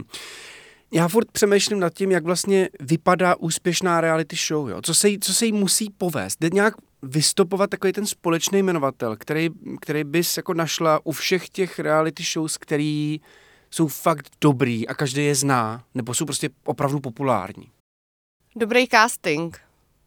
Já furt přemýšlím nad tím, jak vlastně vypadá úspěšná reality show. Jo? Co se jí, co se jí musí povést? Jde nějak vystopovat takový ten společný jmenovatel, který, který bys jako našla u všech těch reality shows, který jsou fakt dobrý a každý je zná, nebo jsou prostě opravdu populární.
Dobrý casting.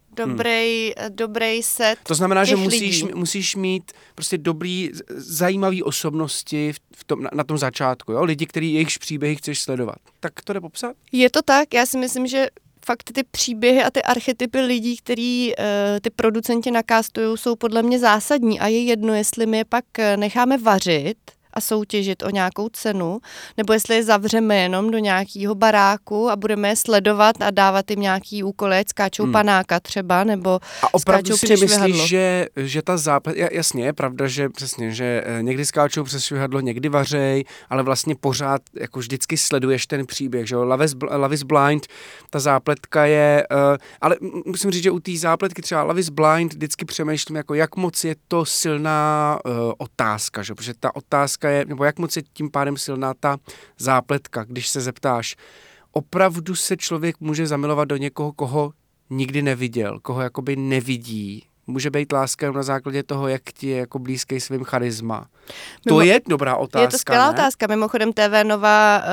Dobrý, hmm. dobrý set.
To znamená, že
lidí.
musíš, musíš mít prostě dobrý, zajímavý osobnosti v tom, na, na tom začátku. Jo? Lidi, který jejichž příběhy chceš sledovat. Tak to jde popsat?
Je to tak. Já si myslím, že fakt ty příběhy a ty archetypy lidí, který uh, ty producenti nakástují, jsou podle mě zásadní a je jedno, jestli my je pak necháme vařit a soutěžit o nějakou cenu, nebo jestli je zavřeme jenom do nějakého baráku a budeme je sledovat a dávat jim nějaký úkoly, ať skáčou hmm. panáka třeba, nebo
a opravdu
skáčou
si
přes
nemyslíš,
švihadlo.
že, že ta západ, jasně, je pravda, že přesně, že někdy skáčou přes švihadlo, někdy vařej, ale vlastně pořád jako vždycky sleduješ ten příběh, že jo, Love is, Love is Blind, ta zápletka je, uh, ale musím říct, že u té zápletky třeba Love is Blind vždycky přemýšlím, jako jak moc je to silná uh, otázka, že? Protože ta otázka je, nebo jak moc je tím pádem silná ta zápletka, když se zeptáš, opravdu se člověk může zamilovat do někoho, koho nikdy neviděl, koho jakoby nevidí. Může být láska na základě toho, jak ti je jako blízký svým charisma. To Mimo, je dobrá otázka,
Je to skvělá
ne?
otázka. Mimochodem T V Nova uh,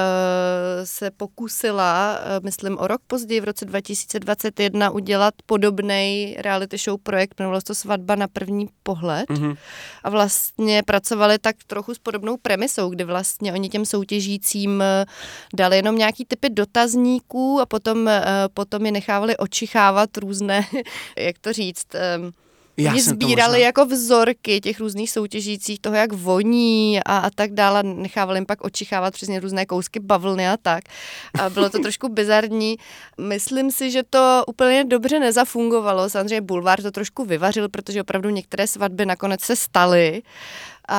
se pokusila, uh, myslím o rok později, v roce dva tisíce dvacet jedna, udělat podobný reality show projekt, jmenovalo se to Svatba na první pohled. Mm-hmm. A vlastně pracovali tak trochu s podobnou premisou, kdy vlastně oni těm soutěžícím dali jenom nějaký typy dotazníků a potom, uh, potom je nechávali očichávat různé, jak to říct, um,
Já
Oni sbírali
možná...
jako vzorky těch různých soutěžících, toho, jak voní a, a tak dále. Nechávali jim pak očichávat přesně různé kousky bavlny a tak. A bylo to trošku bizarní. Myslím si, že to úplně dobře nezafungovalo. Samozřejmě Bulvár to trošku vyvařil, protože opravdu některé svatby nakonec se staly. Uh,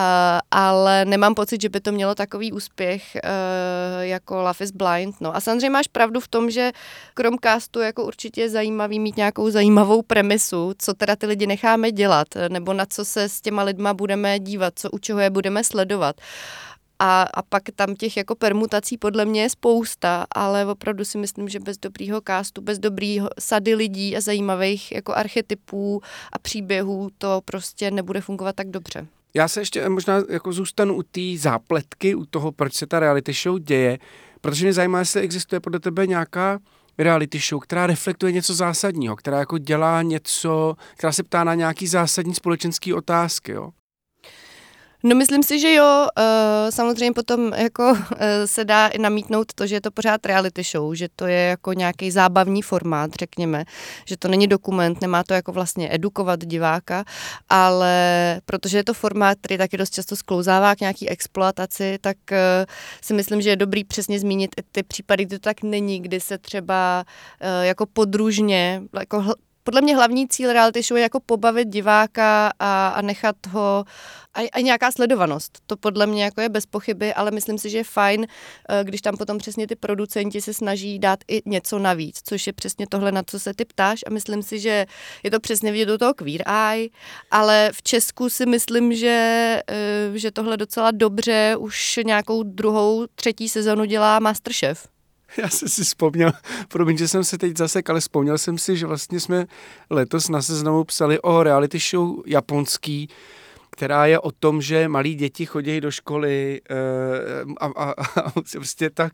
ale nemám pocit, že by to mělo takový úspěch uh, jako Love is Blind. No. A samozřejmě máš pravdu v tom, že krom castu jako určitě je zajímavý mít nějakou zajímavou premisu, co teda ty lidi necháme dělat, nebo na co se s těma lidma budeme dívat, co u čeho je budeme sledovat. A, a pak tam těch jako permutací podle mě je spousta, ale opravdu si myslím, že bez dobrýho castu, bez dobrýho sady lidí a zajímavých jako archetypů a příběhů to prostě nebude fungovat tak dobře.
Já se ještě možná jako zůstanu u té zápletky, u toho, proč se ta reality show děje, protože mě zajímá, jestli existuje podle tebe nějaká reality show, která reflektuje něco zásadního, která jako dělá něco, která se ptá na nějaký zásadní společenský otázky, jo?
No myslím si, že jo, samozřejmě potom jako se dá namítnout to, že je to pořád reality show, že to je jako nějaký zábavní formát, řekněme, že to není dokument, nemá to jako vlastně edukovat diváka, ale protože je to formát, který taky dost často sklouzává k nějaký exploataci, tak si myslím, že je dobrý přesně zmínit i ty případy, kdy to tak není, kdy se třeba jako podružně, jako podle mě hlavní cíl reality show je jako pobavit diváka a, a nechat ho, a, a nějaká sledovanost. To podle mě jako je bez pochyby, ale myslím si, že je fajn, když tam potom přesně ty producenti se snaží dát i něco navíc, což je přesně tohle, na co se ty ptáš, a myslím si, že je to přesně vidět do toho Queer Eye, ale v Česku si myslím, že, že tohle docela dobře už nějakou druhou, třetí sezonu dělá MasterChef.
Já jsem si vzpomněl, promiň, že jsem se teď zasek, ale vzpomněl jsem si, že vlastně jsme letos na Seznamu psali o reality show japonský, která je o tom, že malí děti chodí do školy uh, a, a, a prostě tak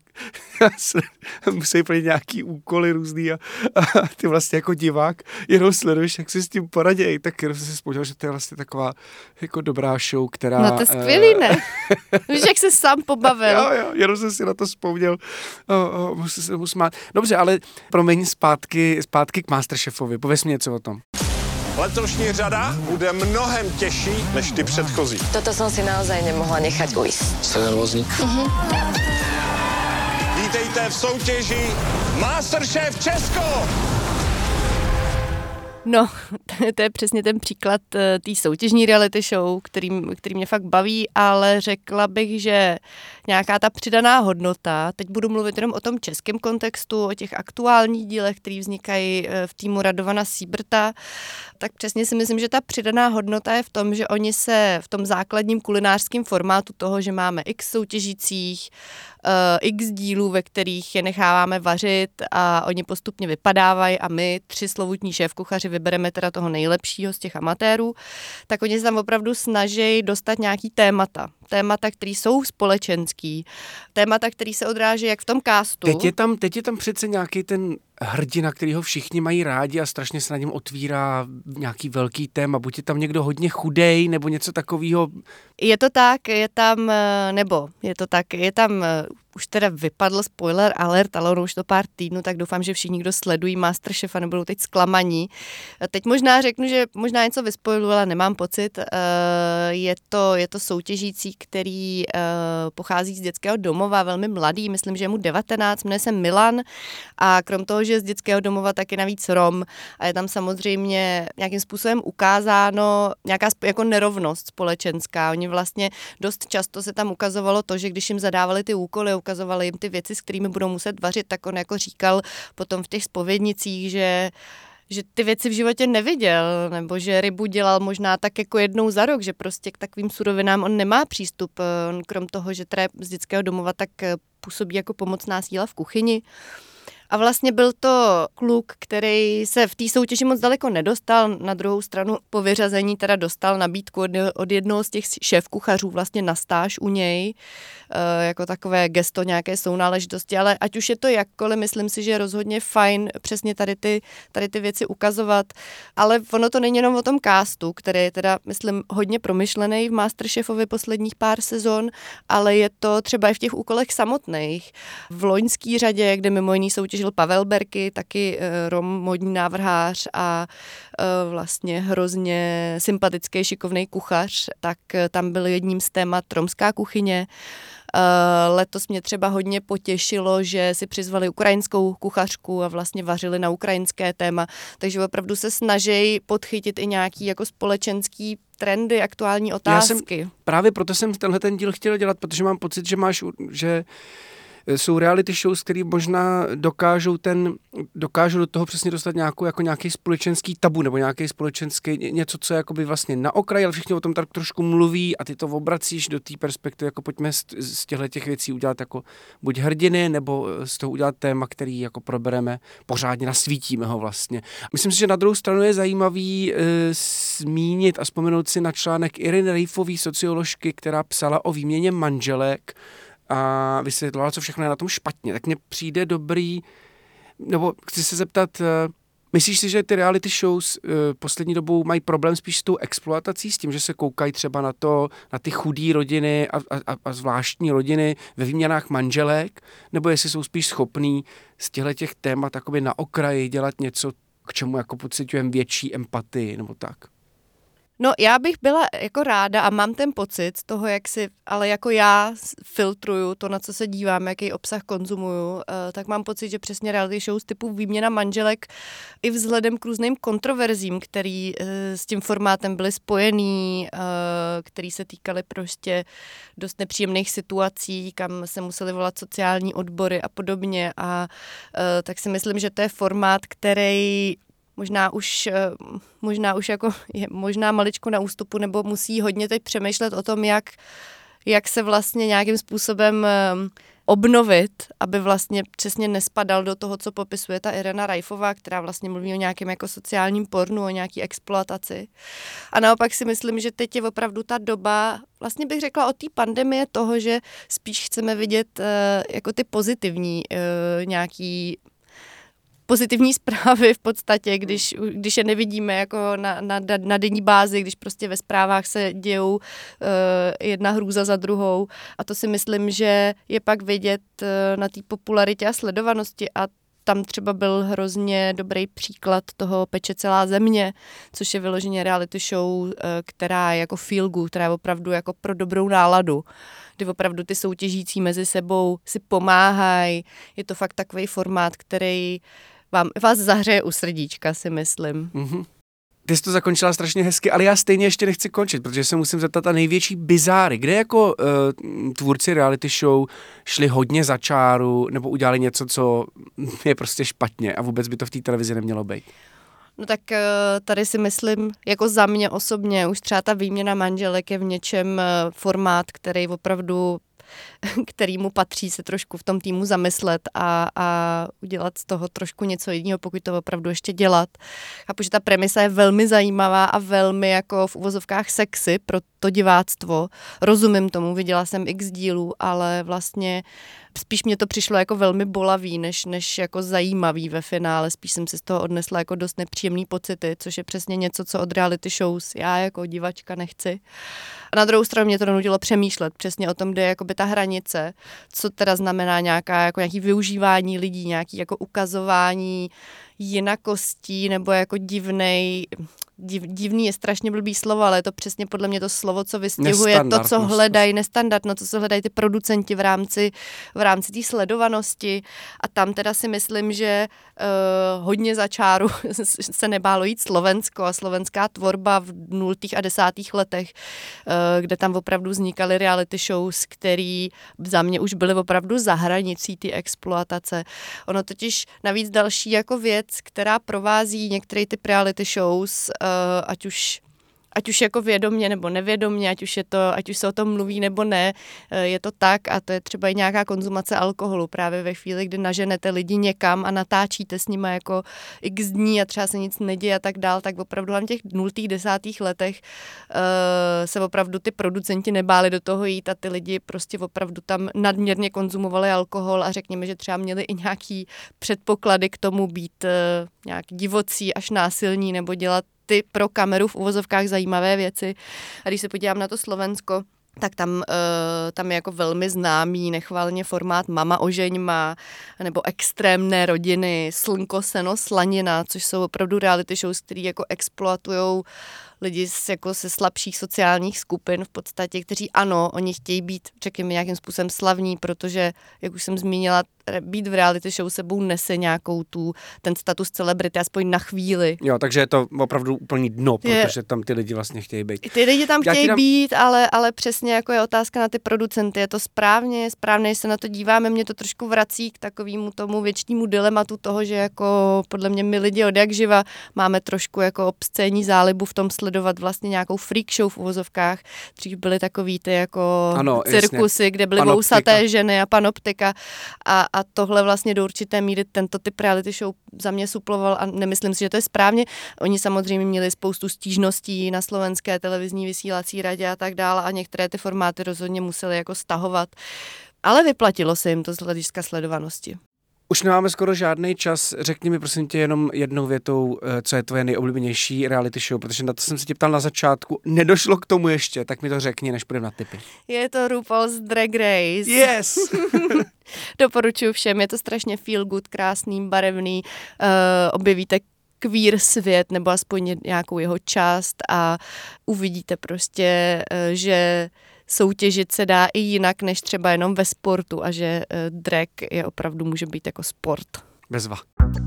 musí plnit nějaký úkoly různý a, a ty vlastně jako divák jenom sleduješ, jak si s tím poradějí. Tak jenom jsem si vzpomněl, že to je vlastně taková jako dobrá show, která...
No to je skvělý, ne? Víš, jak se sám pobavil.
Jo, jo, jenom jsem si na to vzpomněl. O, o, musím se mu smát. Dobře, ale promiň zpátky, zpátky k Masterchefovi. Pověz mi něco o tom.
Letošní řada bude mnohem těžší než ty předchozí.
Toto jsem si naozaj nemohla nechat ujít.
Jste nervózní?
Uh-huh.
Vítejte v soutěži MasterChef Česko!
No, to je přesně ten příklad té soutěžní reality show, který, který mě fakt baví, ale řekla bych, že nějaká ta přidaná hodnota, teď budu mluvit jenom o tom českém kontextu, o těch aktuálních dílech, které vznikají v týmu Radovana Sieberta, tak přesně si myslím, že ta přidaná hodnota je v tom, že oni se v tom základním kulinářském formátu toho, že máme x soutěžících, uh, x dílů, ve kterých je necháváme vařit a oni postupně vypadávají a my, tři slovutní šéfkuchaři, vybereme teda toho nejlepšího z těch amatérů, tak oni se tam opravdu snaží dostat nějaký témata. Témata, které jsou společenský, témata, které se odráží jak v tom castu.
Teď je tam, teď je tam přece nějaký ten hrdina, kterýho všichni mají rádi a strašně se na něm otvírá nějaký velký téma. Buď je tam někdo hodně chudej nebo něco takového.
Je to tak, je tam, nebo je to tak, je tam, už teda vypadl spoiler alert, ale ono už to pár týdnů, tak doufám, že všichni, kdo sledují MasterChefa, nebudou teď zklamaní. Teď možná řeknu, že možná něco vyspoiluji, ale nemám pocit. Je to, je to soutěžící, který pochází z dětského domova, velmi mladý, myslím, že je mu devatenáct, jmenuje se Milan a krom toho, že je z dětského domova, tak je navíc Rom a je tam samozřejmě nějakým způsobem ukázáno nějaká jako nerovnost společenská. Oni vlastně dost často se tam ukazovalo to, že když jim zadávali ty úkoly, ukazovali jim ty věci, s kterými budou muset vařit, tak on jako říkal potom v těch zpovědnicích, že že ty věci v životě neviděl, nebo že rybu dělal možná tak jako jednou za rok, že prostě k takovým surovinám on nemá přístup. On krom toho, že teda z dětského domova, tak působí jako pomocná síla v kuchyni. A vlastně byl to kluk, který se v té soutěži moc daleko nedostal, na druhou stranu po vyřazení teda dostal nabídku od jednoho z těch šéfkuchařů vlastně na stáž u něj, jako takové gesto nějaké sounáležitosti, ale ať už je to jakkoliv, myslím si, že je rozhodně fajn přesně tady ty, tady ty věci ukazovat, ale ono to není jenom o tom castu, který je teda, myslím, hodně promyšlený v MasterChefovi posledních pár sezon, ale je to třeba i v těch úkolech samotných. V loňský řadě, kde mimo jiný soutěžil Pavel Berky, taky Rom, modní návrhář a vlastně hrozně sympatický, šikovný kuchař, tak tam byl jedním z témat romská kuchyně. Letos mě třeba hodně potěšilo, že si přizvali ukrajinskou kuchařku a vlastně vařili na ukrajinské téma, takže opravdu se snaží podchytit i nějaký jako společenský trendy, aktuální otázky.
Já jsem, právě proto jsem tenhle ten díl chtěl dělat, protože mám pocit, že máš, že jsou reality shows, které možná dokážou ten, dokážou do toho přesně dostat nějakou, jako nějaký společenský tabu nebo nějaký společenský, něco, co je jakoby vlastně na okraji, ale všichni o tom tak trošku mluví a ty to obracíš do té perspektivy, jako pojďme z, z těchto těch věcí udělat jako buď hrdiny, nebo z toho udělat téma, který jako probereme, pořádně nasvítíme ho vlastně. Myslím si, že na druhou stranu je zajímavý e, zmínit a vzpomenout si na článek Iriny Reifové, socioložky, která psala o výměně manželek a vysvětlovala, co všechno je na tom špatně. Tak mně přijde dobrý, nebo chci se zeptat, myslíš si, že ty reality shows poslední dobou mají problém spíš s tou exploatací, s tím, že se koukají třeba na to, na ty chudé rodiny a, a, a zvláštní rodiny ve výměnách manželek, nebo jestli jsou spíš schopní z těchto těch témat takoby na okraji dělat něco, k čemu jako pociťujeme větší empatii, nebo tak?
No, já bych byla jako ráda a mám ten pocit z toho, jak si, ale jako já filtruju to, na co se dívám, jaký obsah konzumuju, tak mám pocit, že přesně reality shows typu výměna manželek i vzhledem k různým kontroverzím, který s tím formátem byly spojený, který se týkaly prostě dost nepříjemných situací, kam se museli volat sociální odbory a podobně, a tak si myslím, že to je formát, který Možná už, možná už jako je možná maličko na ústupu, nebo musí hodně teď přemýšlet o tom, jak, jak se vlastně nějakým způsobem obnovit, aby vlastně přesně nespadal do toho, co popisuje ta Irena Reifová, která vlastně mluví o nějakém jako sociálním pornu, o nějaký exploataci. A naopak si myslím, že teď je opravdu ta doba, vlastně bych řekla o té pandemie toho, že spíš chceme vidět jako ty pozitivní nějaký pozitivní zprávy v podstatě, když, když je nevidíme jako na, na, na denní bázi, když prostě ve zprávách se dějou uh, jedna hrůza za druhou. A to si myslím, že je pak vidět uh, na té popularitě a sledovanosti, a tam třeba byl hrozně dobrý příklad toho Peče celá země, což je vyloženě reality show, která je jako feel good, která je opravdu jako pro dobrou náladu, kdy opravdu ty soutěžící mezi sebou si pomáhají. Je to fakt takový formát, který vám, vás zahřeje u srdíčka, si myslím.
Mm-hmm. Ty jsi to zakončila strašně hezky, ale já stejně ještě nechci končit, protože se musím zeptat na největší bizáry. Kde jako uh, tvůrci reality show šli hodně za čáru nebo udělali něco, co je prostě špatně a vůbec by to v té televizi nemělo být?
No tak uh, tady si myslím, jako za mě osobně, už třeba ta výměna manželek je v něčem uh, formát, který opravdu kterýmu patří se trošku v tom týmu zamyslet a, a udělat z toho trošku něco jiného, pokud to opravdu ještě dělat. Chápu, že ta premisa je velmi zajímavá a velmi jako v uvozovkách sexy pro to diváctvo. Rozumím tomu, viděla jsem x dílů, ale vlastně spíš mě to přišlo jako velmi bolavý, než, než jako zajímavý ve finále. Spíš jsem si z toho odnesla jako dost nepříjemný pocity, což je přesně něco, co od reality shows já jako divačka nechci. A na druhou stranu mě to donutilo přemýšlet přesně o tom, kde je jakoby ta hranice, co teda znamená nějaká, jako nějaký využívání lidí, nějaký jako ukazování jinakostí nebo jako divnej, div, divný je strašně blbý slovo, ale je to přesně podle mě to slovo, co vystihuje to, co hledají, nestandardno, to, co hledají ty producenti v rámci v rámci té sledovanosti, a tam teda si myslím, že uh, hodně za čáru se nebálo jít Slovensko a slovenská tvorba v nultých a desátých letech, uh, kde tam opravdu vznikaly reality shows, který za mě už byly opravdu za hranicí ty exploatace. Ono totiž navíc další jako věc, která provází některé ty reality shows, uh, ať už ať už jako vědomně nebo nevědomně, ať už, je to, ať už se o tom mluví nebo ne, je to tak, a to je třeba i nějaká konzumace alkoholu právě ve chvíli, kdy naženete lidi někam a natáčíte s nimi jako x dní a třeba se nic neděje a tak dál, tak opravdu v těch nultých desátých letech uh, se opravdu ty producenti nebáli do toho jít a ty lidi prostě opravdu tam nadměrně konzumovali alkohol a řekněme, že třeba měli i nějaký předpoklady k tomu být uh, nějak divocí až násilní nebo dělat ty pro kameru v uvozovkách zajímavé věci. A když se podívám na to Slovensko, tak tam, uh, tam je jako velmi známý nechvalně formát Mama ožeň má, nebo Extrémné rodiny, Slnko, seno, slanina, což jsou opravdu reality shows, který jako exploatujou lidi z, jako se slabších sociálních skupin v podstatě, kteří ano, oni chtějí být, řekněme, nějakým způsobem slavní, protože, jak už jsem zmínila, být v reality show sebou nese nějakou tu, ten status celebrity, aspoň na chvíli.
Jo, takže je to opravdu úplný dno, protože je, tam ty lidi vlastně chtějí být.
Ty lidi tam chtějí dám... být, ale, ale přesně vlastně jako je otázka na ty producenty. Je to správně, správně se na to díváme, mě to trošku vrací k takovému tomu věčnímu dilematu toho, že jako podle mě my lidi od jak živa máme trošku jako obscénní zálibu v tom sledovat vlastně nějakou freak show v uvozovkách. Dřív byly takový ty jako ano, cirkusy, jasně. Kde byly panoptika. Vousaté ženy a panoptika a, a tohle vlastně do určité míry tento typ reality show za mě suploval a nemyslím si, že to je správně. Oni samozřejmě měli spoustu stížností na slovenské televizní vysílací radě a tak dále a některé ty formáty rozhodně museli jako stahovat. Ale vyplatilo se jim to z hlediska sledovanosti.
Už nemáme skoro žádný čas. Řekni mi prosím tě jenom jednou větou, co je tvoje nejoblíbenější reality show, protože na to jsem se tě ptal na začátku. Nedošlo k tomu ještě, tak mi to řekni, než půjdeme na tipy.
Je to RuPaul's Drag Race.
Yes!
Doporučuji všem, je to strašně feel good, krásný, barevný, uh, objevíte queer svět nebo aspoň nějakou jeho část a uvidíte prostě, uh, že soutěžit se dá i jinak, než třeba jenom ve sportu a že uh, drag je opravdu může být jako sport.
Bezva.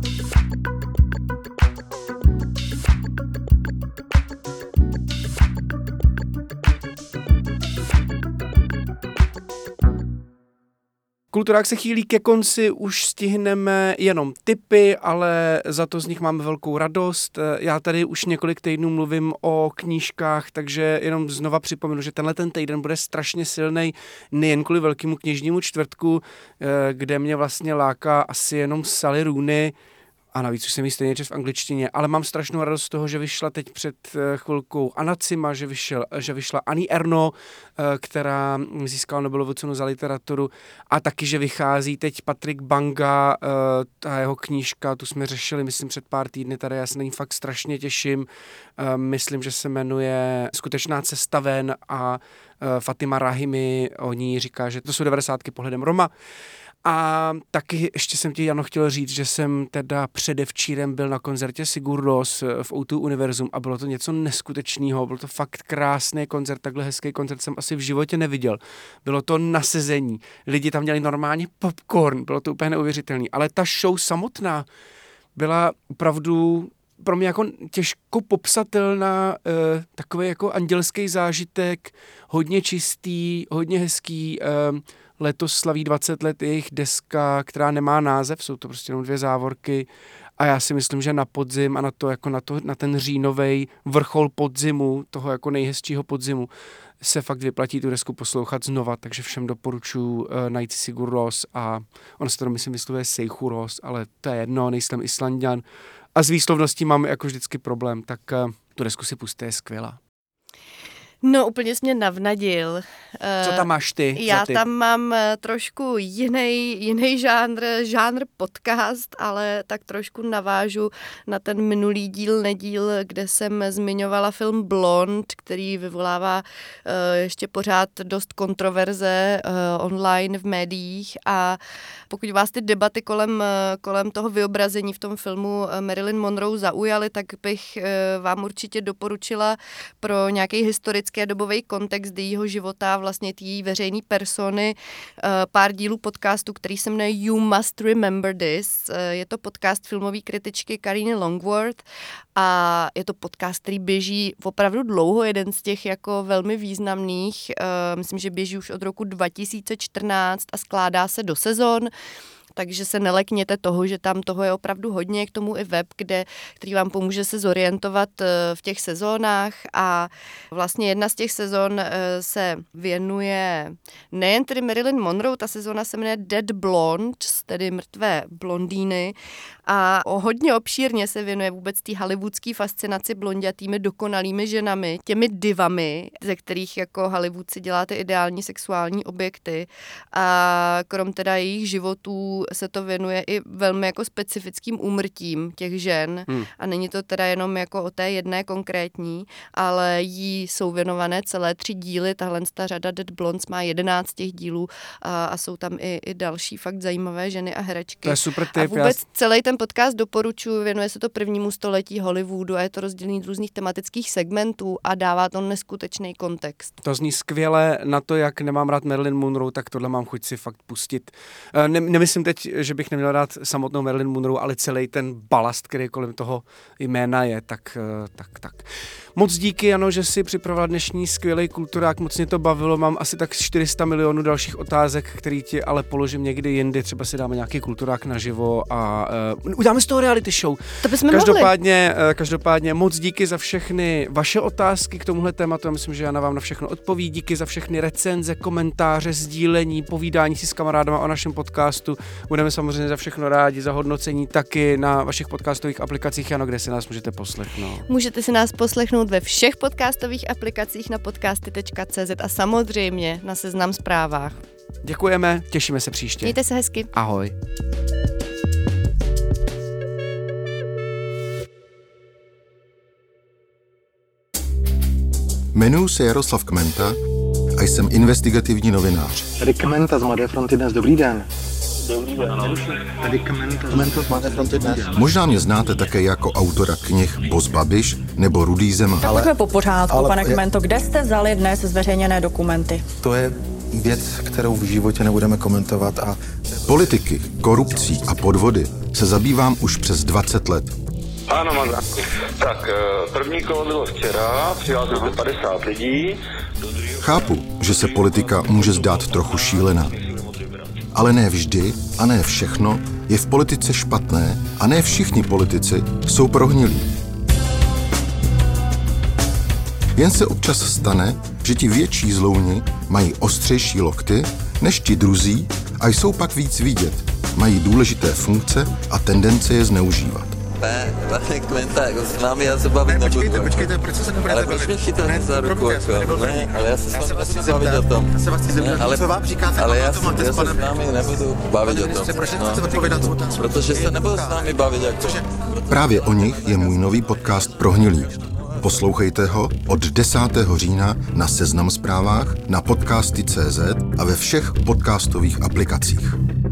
Kulturák se chýlí ke konci, už stihneme jenom tipy, ale za to z nich máme velkou radost. Já tady už několik týdnů mluvím o knížkách, takže jenom znova připomenu, že tenhle ten týden bude strašně silnej nejen kvůli Velkému knižnímu čtvrtku, kde mě vlastně láká asi jenom Sally Rooney, a navíc už jsem ji stejně čet v angličtině, ale mám strašnou radost z toho, že vyšla teď před chvilkou Anna Cima, že, vyšel, že vyšla Annie Ernaux, která získala Nobelovu cenu za literaturu a taky, že vychází teď Patrik Banga, ta jeho knížka, tu jsme řešili, myslím, před pár týdny, tady já se na ní fakt strašně těším. Myslím, že se jmenuje Skutečná cesta ven a Fatima Rahimi o ní říká, že to jsou devadesátky pohledem Roma. A taky ještě jsem ti, Jano, chtěl říct, že jsem teda předevčírem byl na koncertě Sigur Rós v ó dva Univerzum a bylo to něco neskutečného, byl to fakt krásný koncert, takhle hezký koncert jsem asi v životě neviděl. Bylo to na sezení, lidi tam měli normálně popcorn, bylo to úplně neuvěřitelný, ale ta show samotná byla opravdu pro mě jako těžko popsatelná, eh, takový jako andělský zážitek, hodně čistý, hodně hezký, eh, letos slaví dvacet let jejich deska, která nemá název, jsou to prostě jenom dvě závorky a já si myslím, že na podzim a na to jako na, to, na ten říjnovej vrchol podzimu, toho jako nejhezčího podzimu, se fakt vyplatí tu desku poslouchat znova, takže všem doporučuji uh, najít si Sigur Rós a ono se to myslím vyslovuje Seichu Rós, ale to je jedno, nejsem Islanďan a s výslovností mám jako vždycky problém, tak uh, tu desku si puste, je skvělá.
No, úplně jsi mě navnadil.
Co tam máš ty?
Já tam mám trošku jiný, jiný žánr, žánr podcast, ale tak trošku navážu na ten minulý díl, nedíl, kde jsem zmiňovala film Blond, který vyvolává uh, ještě pořád dost kontroverze uh, online v médiích a pokud vás ty debaty kolem, kolem toho vyobrazení v tom filmu Marilyn Monroe zaujaly, tak bych uh, vám určitě doporučila pro nějaký historický dobový kontext jejího života, vlastně té veřejné persony, pár dílů podcastu, který se jmenuje You Must Remember This. Je to podcast filmové kritičky Kariny Longworth a je to podcast, který běží opravdu dlouho, jeden z těch jako velmi významných. Myslím, že běží už od roku dva tisíce čtrnáct a skládá se do sezon. Takže se nelekněte toho, že tam toho je opravdu hodně, k tomu i web, kde, který vám pomůže se zorientovat v těch sezónách a vlastně jedna z těch sezon se věnuje nejen tedy Marilyn Monroe, ta sezóna se jmenuje Dead Blondes, tedy mrtvé blondýny a hodně obšírně se věnuje vůbec té hollywoodské fascinaci blondětými dokonalými ženami, těmi divami, ze kterých jako Hollywood si dělá ty ideální sexuální objekty a krom teda jejich životů se to věnuje i velmi jako specifickým úmrtím těch žen hmm. a není to teda jenom jako o té jedné konkrétní, ale jí jsou věnované celé tři díly, tahle ta řada Dead Blondes má jedenáct těch dílů a, a jsou tam i, i další fakt zajímavé ženy a herečky.
To je super tip.
A vůbec celý ten podcast doporučuji, věnuje se to prvnímu století Hollywoodu a je to rozdělený do různých tematických segmentů a dává to neskutečný kontext.
To zní skvěle, na to, jak nemám rád Marilyn Monroe, tak tohle mám chuť si fakt pustit. Ne, nemyslím teď, že bych neměl rád samotnou Marilyn Monroe, ale celý ten balast, který kolem toho jména je, tak, tak, tak. Moc díky, Jano, že jsi připravila dnešní skvělý kulturák, moc mě to bavilo, mám asi tak čtyři sta milionů dalších otázek, který ti ale položím někdy jindy, třeba si dáme nějaký kulturák naživo a uh, uděláme z toho reality show.
To bychom
každopádně, uh, každopádně moc díky za všechny vaše otázky k tomuhle tématu, já myslím, že Jana vám na všechno odpoví, díky za všechny recenze, komentáře, sdílení, povídání si s kamarádama o našem podcastu, budeme samozřejmě za všechno rádi, za hodnocení taky na vašich podcastových aplikacích. Jano, kde si nás můžete poslechnout?
Můžete si nás poslechnout ve všech podcastových aplikacích na podcasty tečka cé zet a samozřejmě na Seznam Zprávách.
Děkujeme, těšíme se příště.
Mějte se hezky.
Ahoj.
Jmenuji se Jaroslav Kmenta a jsem investigativní novinář.
Tady Kmenta z Mladé fronty dnes, dobrý den.
Dobrý den.
Tady Kmenta z Mladé fronty dnes.
Možná mě znáte také jako autora knih Boss Babiš nebo Rudý Zeman.
Tak pojďme po pořádku, ale, pane Kmento, kde jste vzali dnes zveřejněné dokumenty?
To je věc, kterou v životě nebudeme komentovat a...
Politiky, korupcí a podvody se zabývám už přes dvacet let.
Ano, mám. Tak, první kolo bylo včera, přihlásilo se padesát lidí.
Chápu, že se politika může zdát trochu šílená. Ale ne vždy a ne všechno je v politice špatné a ne všichni politici jsou prohnilí. Jen se občas stane, že ti větší zlouni mají ostřejší lokty než ti druzí a jsou pak víc vidět, mají důležité funkce a tendence je zneužívat.
Ne, pane Kmenta, jako s vámi já se bavit nebudu.
Počkejte, počkejte, proč se nebudete
ale proč mě chytáte za ruku, jako, ne, ale já se s vámi nechci bavit o tom.
Já se vás chci zeptat,
ale,
co vám říkáte,
ale já,
to máte
já
s
se
panem...
s vámi nebudu bavit o tom.
Proč nechcete odpovědat tu otázku?
Protože se nebudu s vámi bavit, jako.
Právě o nich je můj nový podcast Prohnilí. Poslouchejte ho od desátého října na Seznam Zprávách, na podcasty tečka cé zet a ve všech podcastových aplikacích.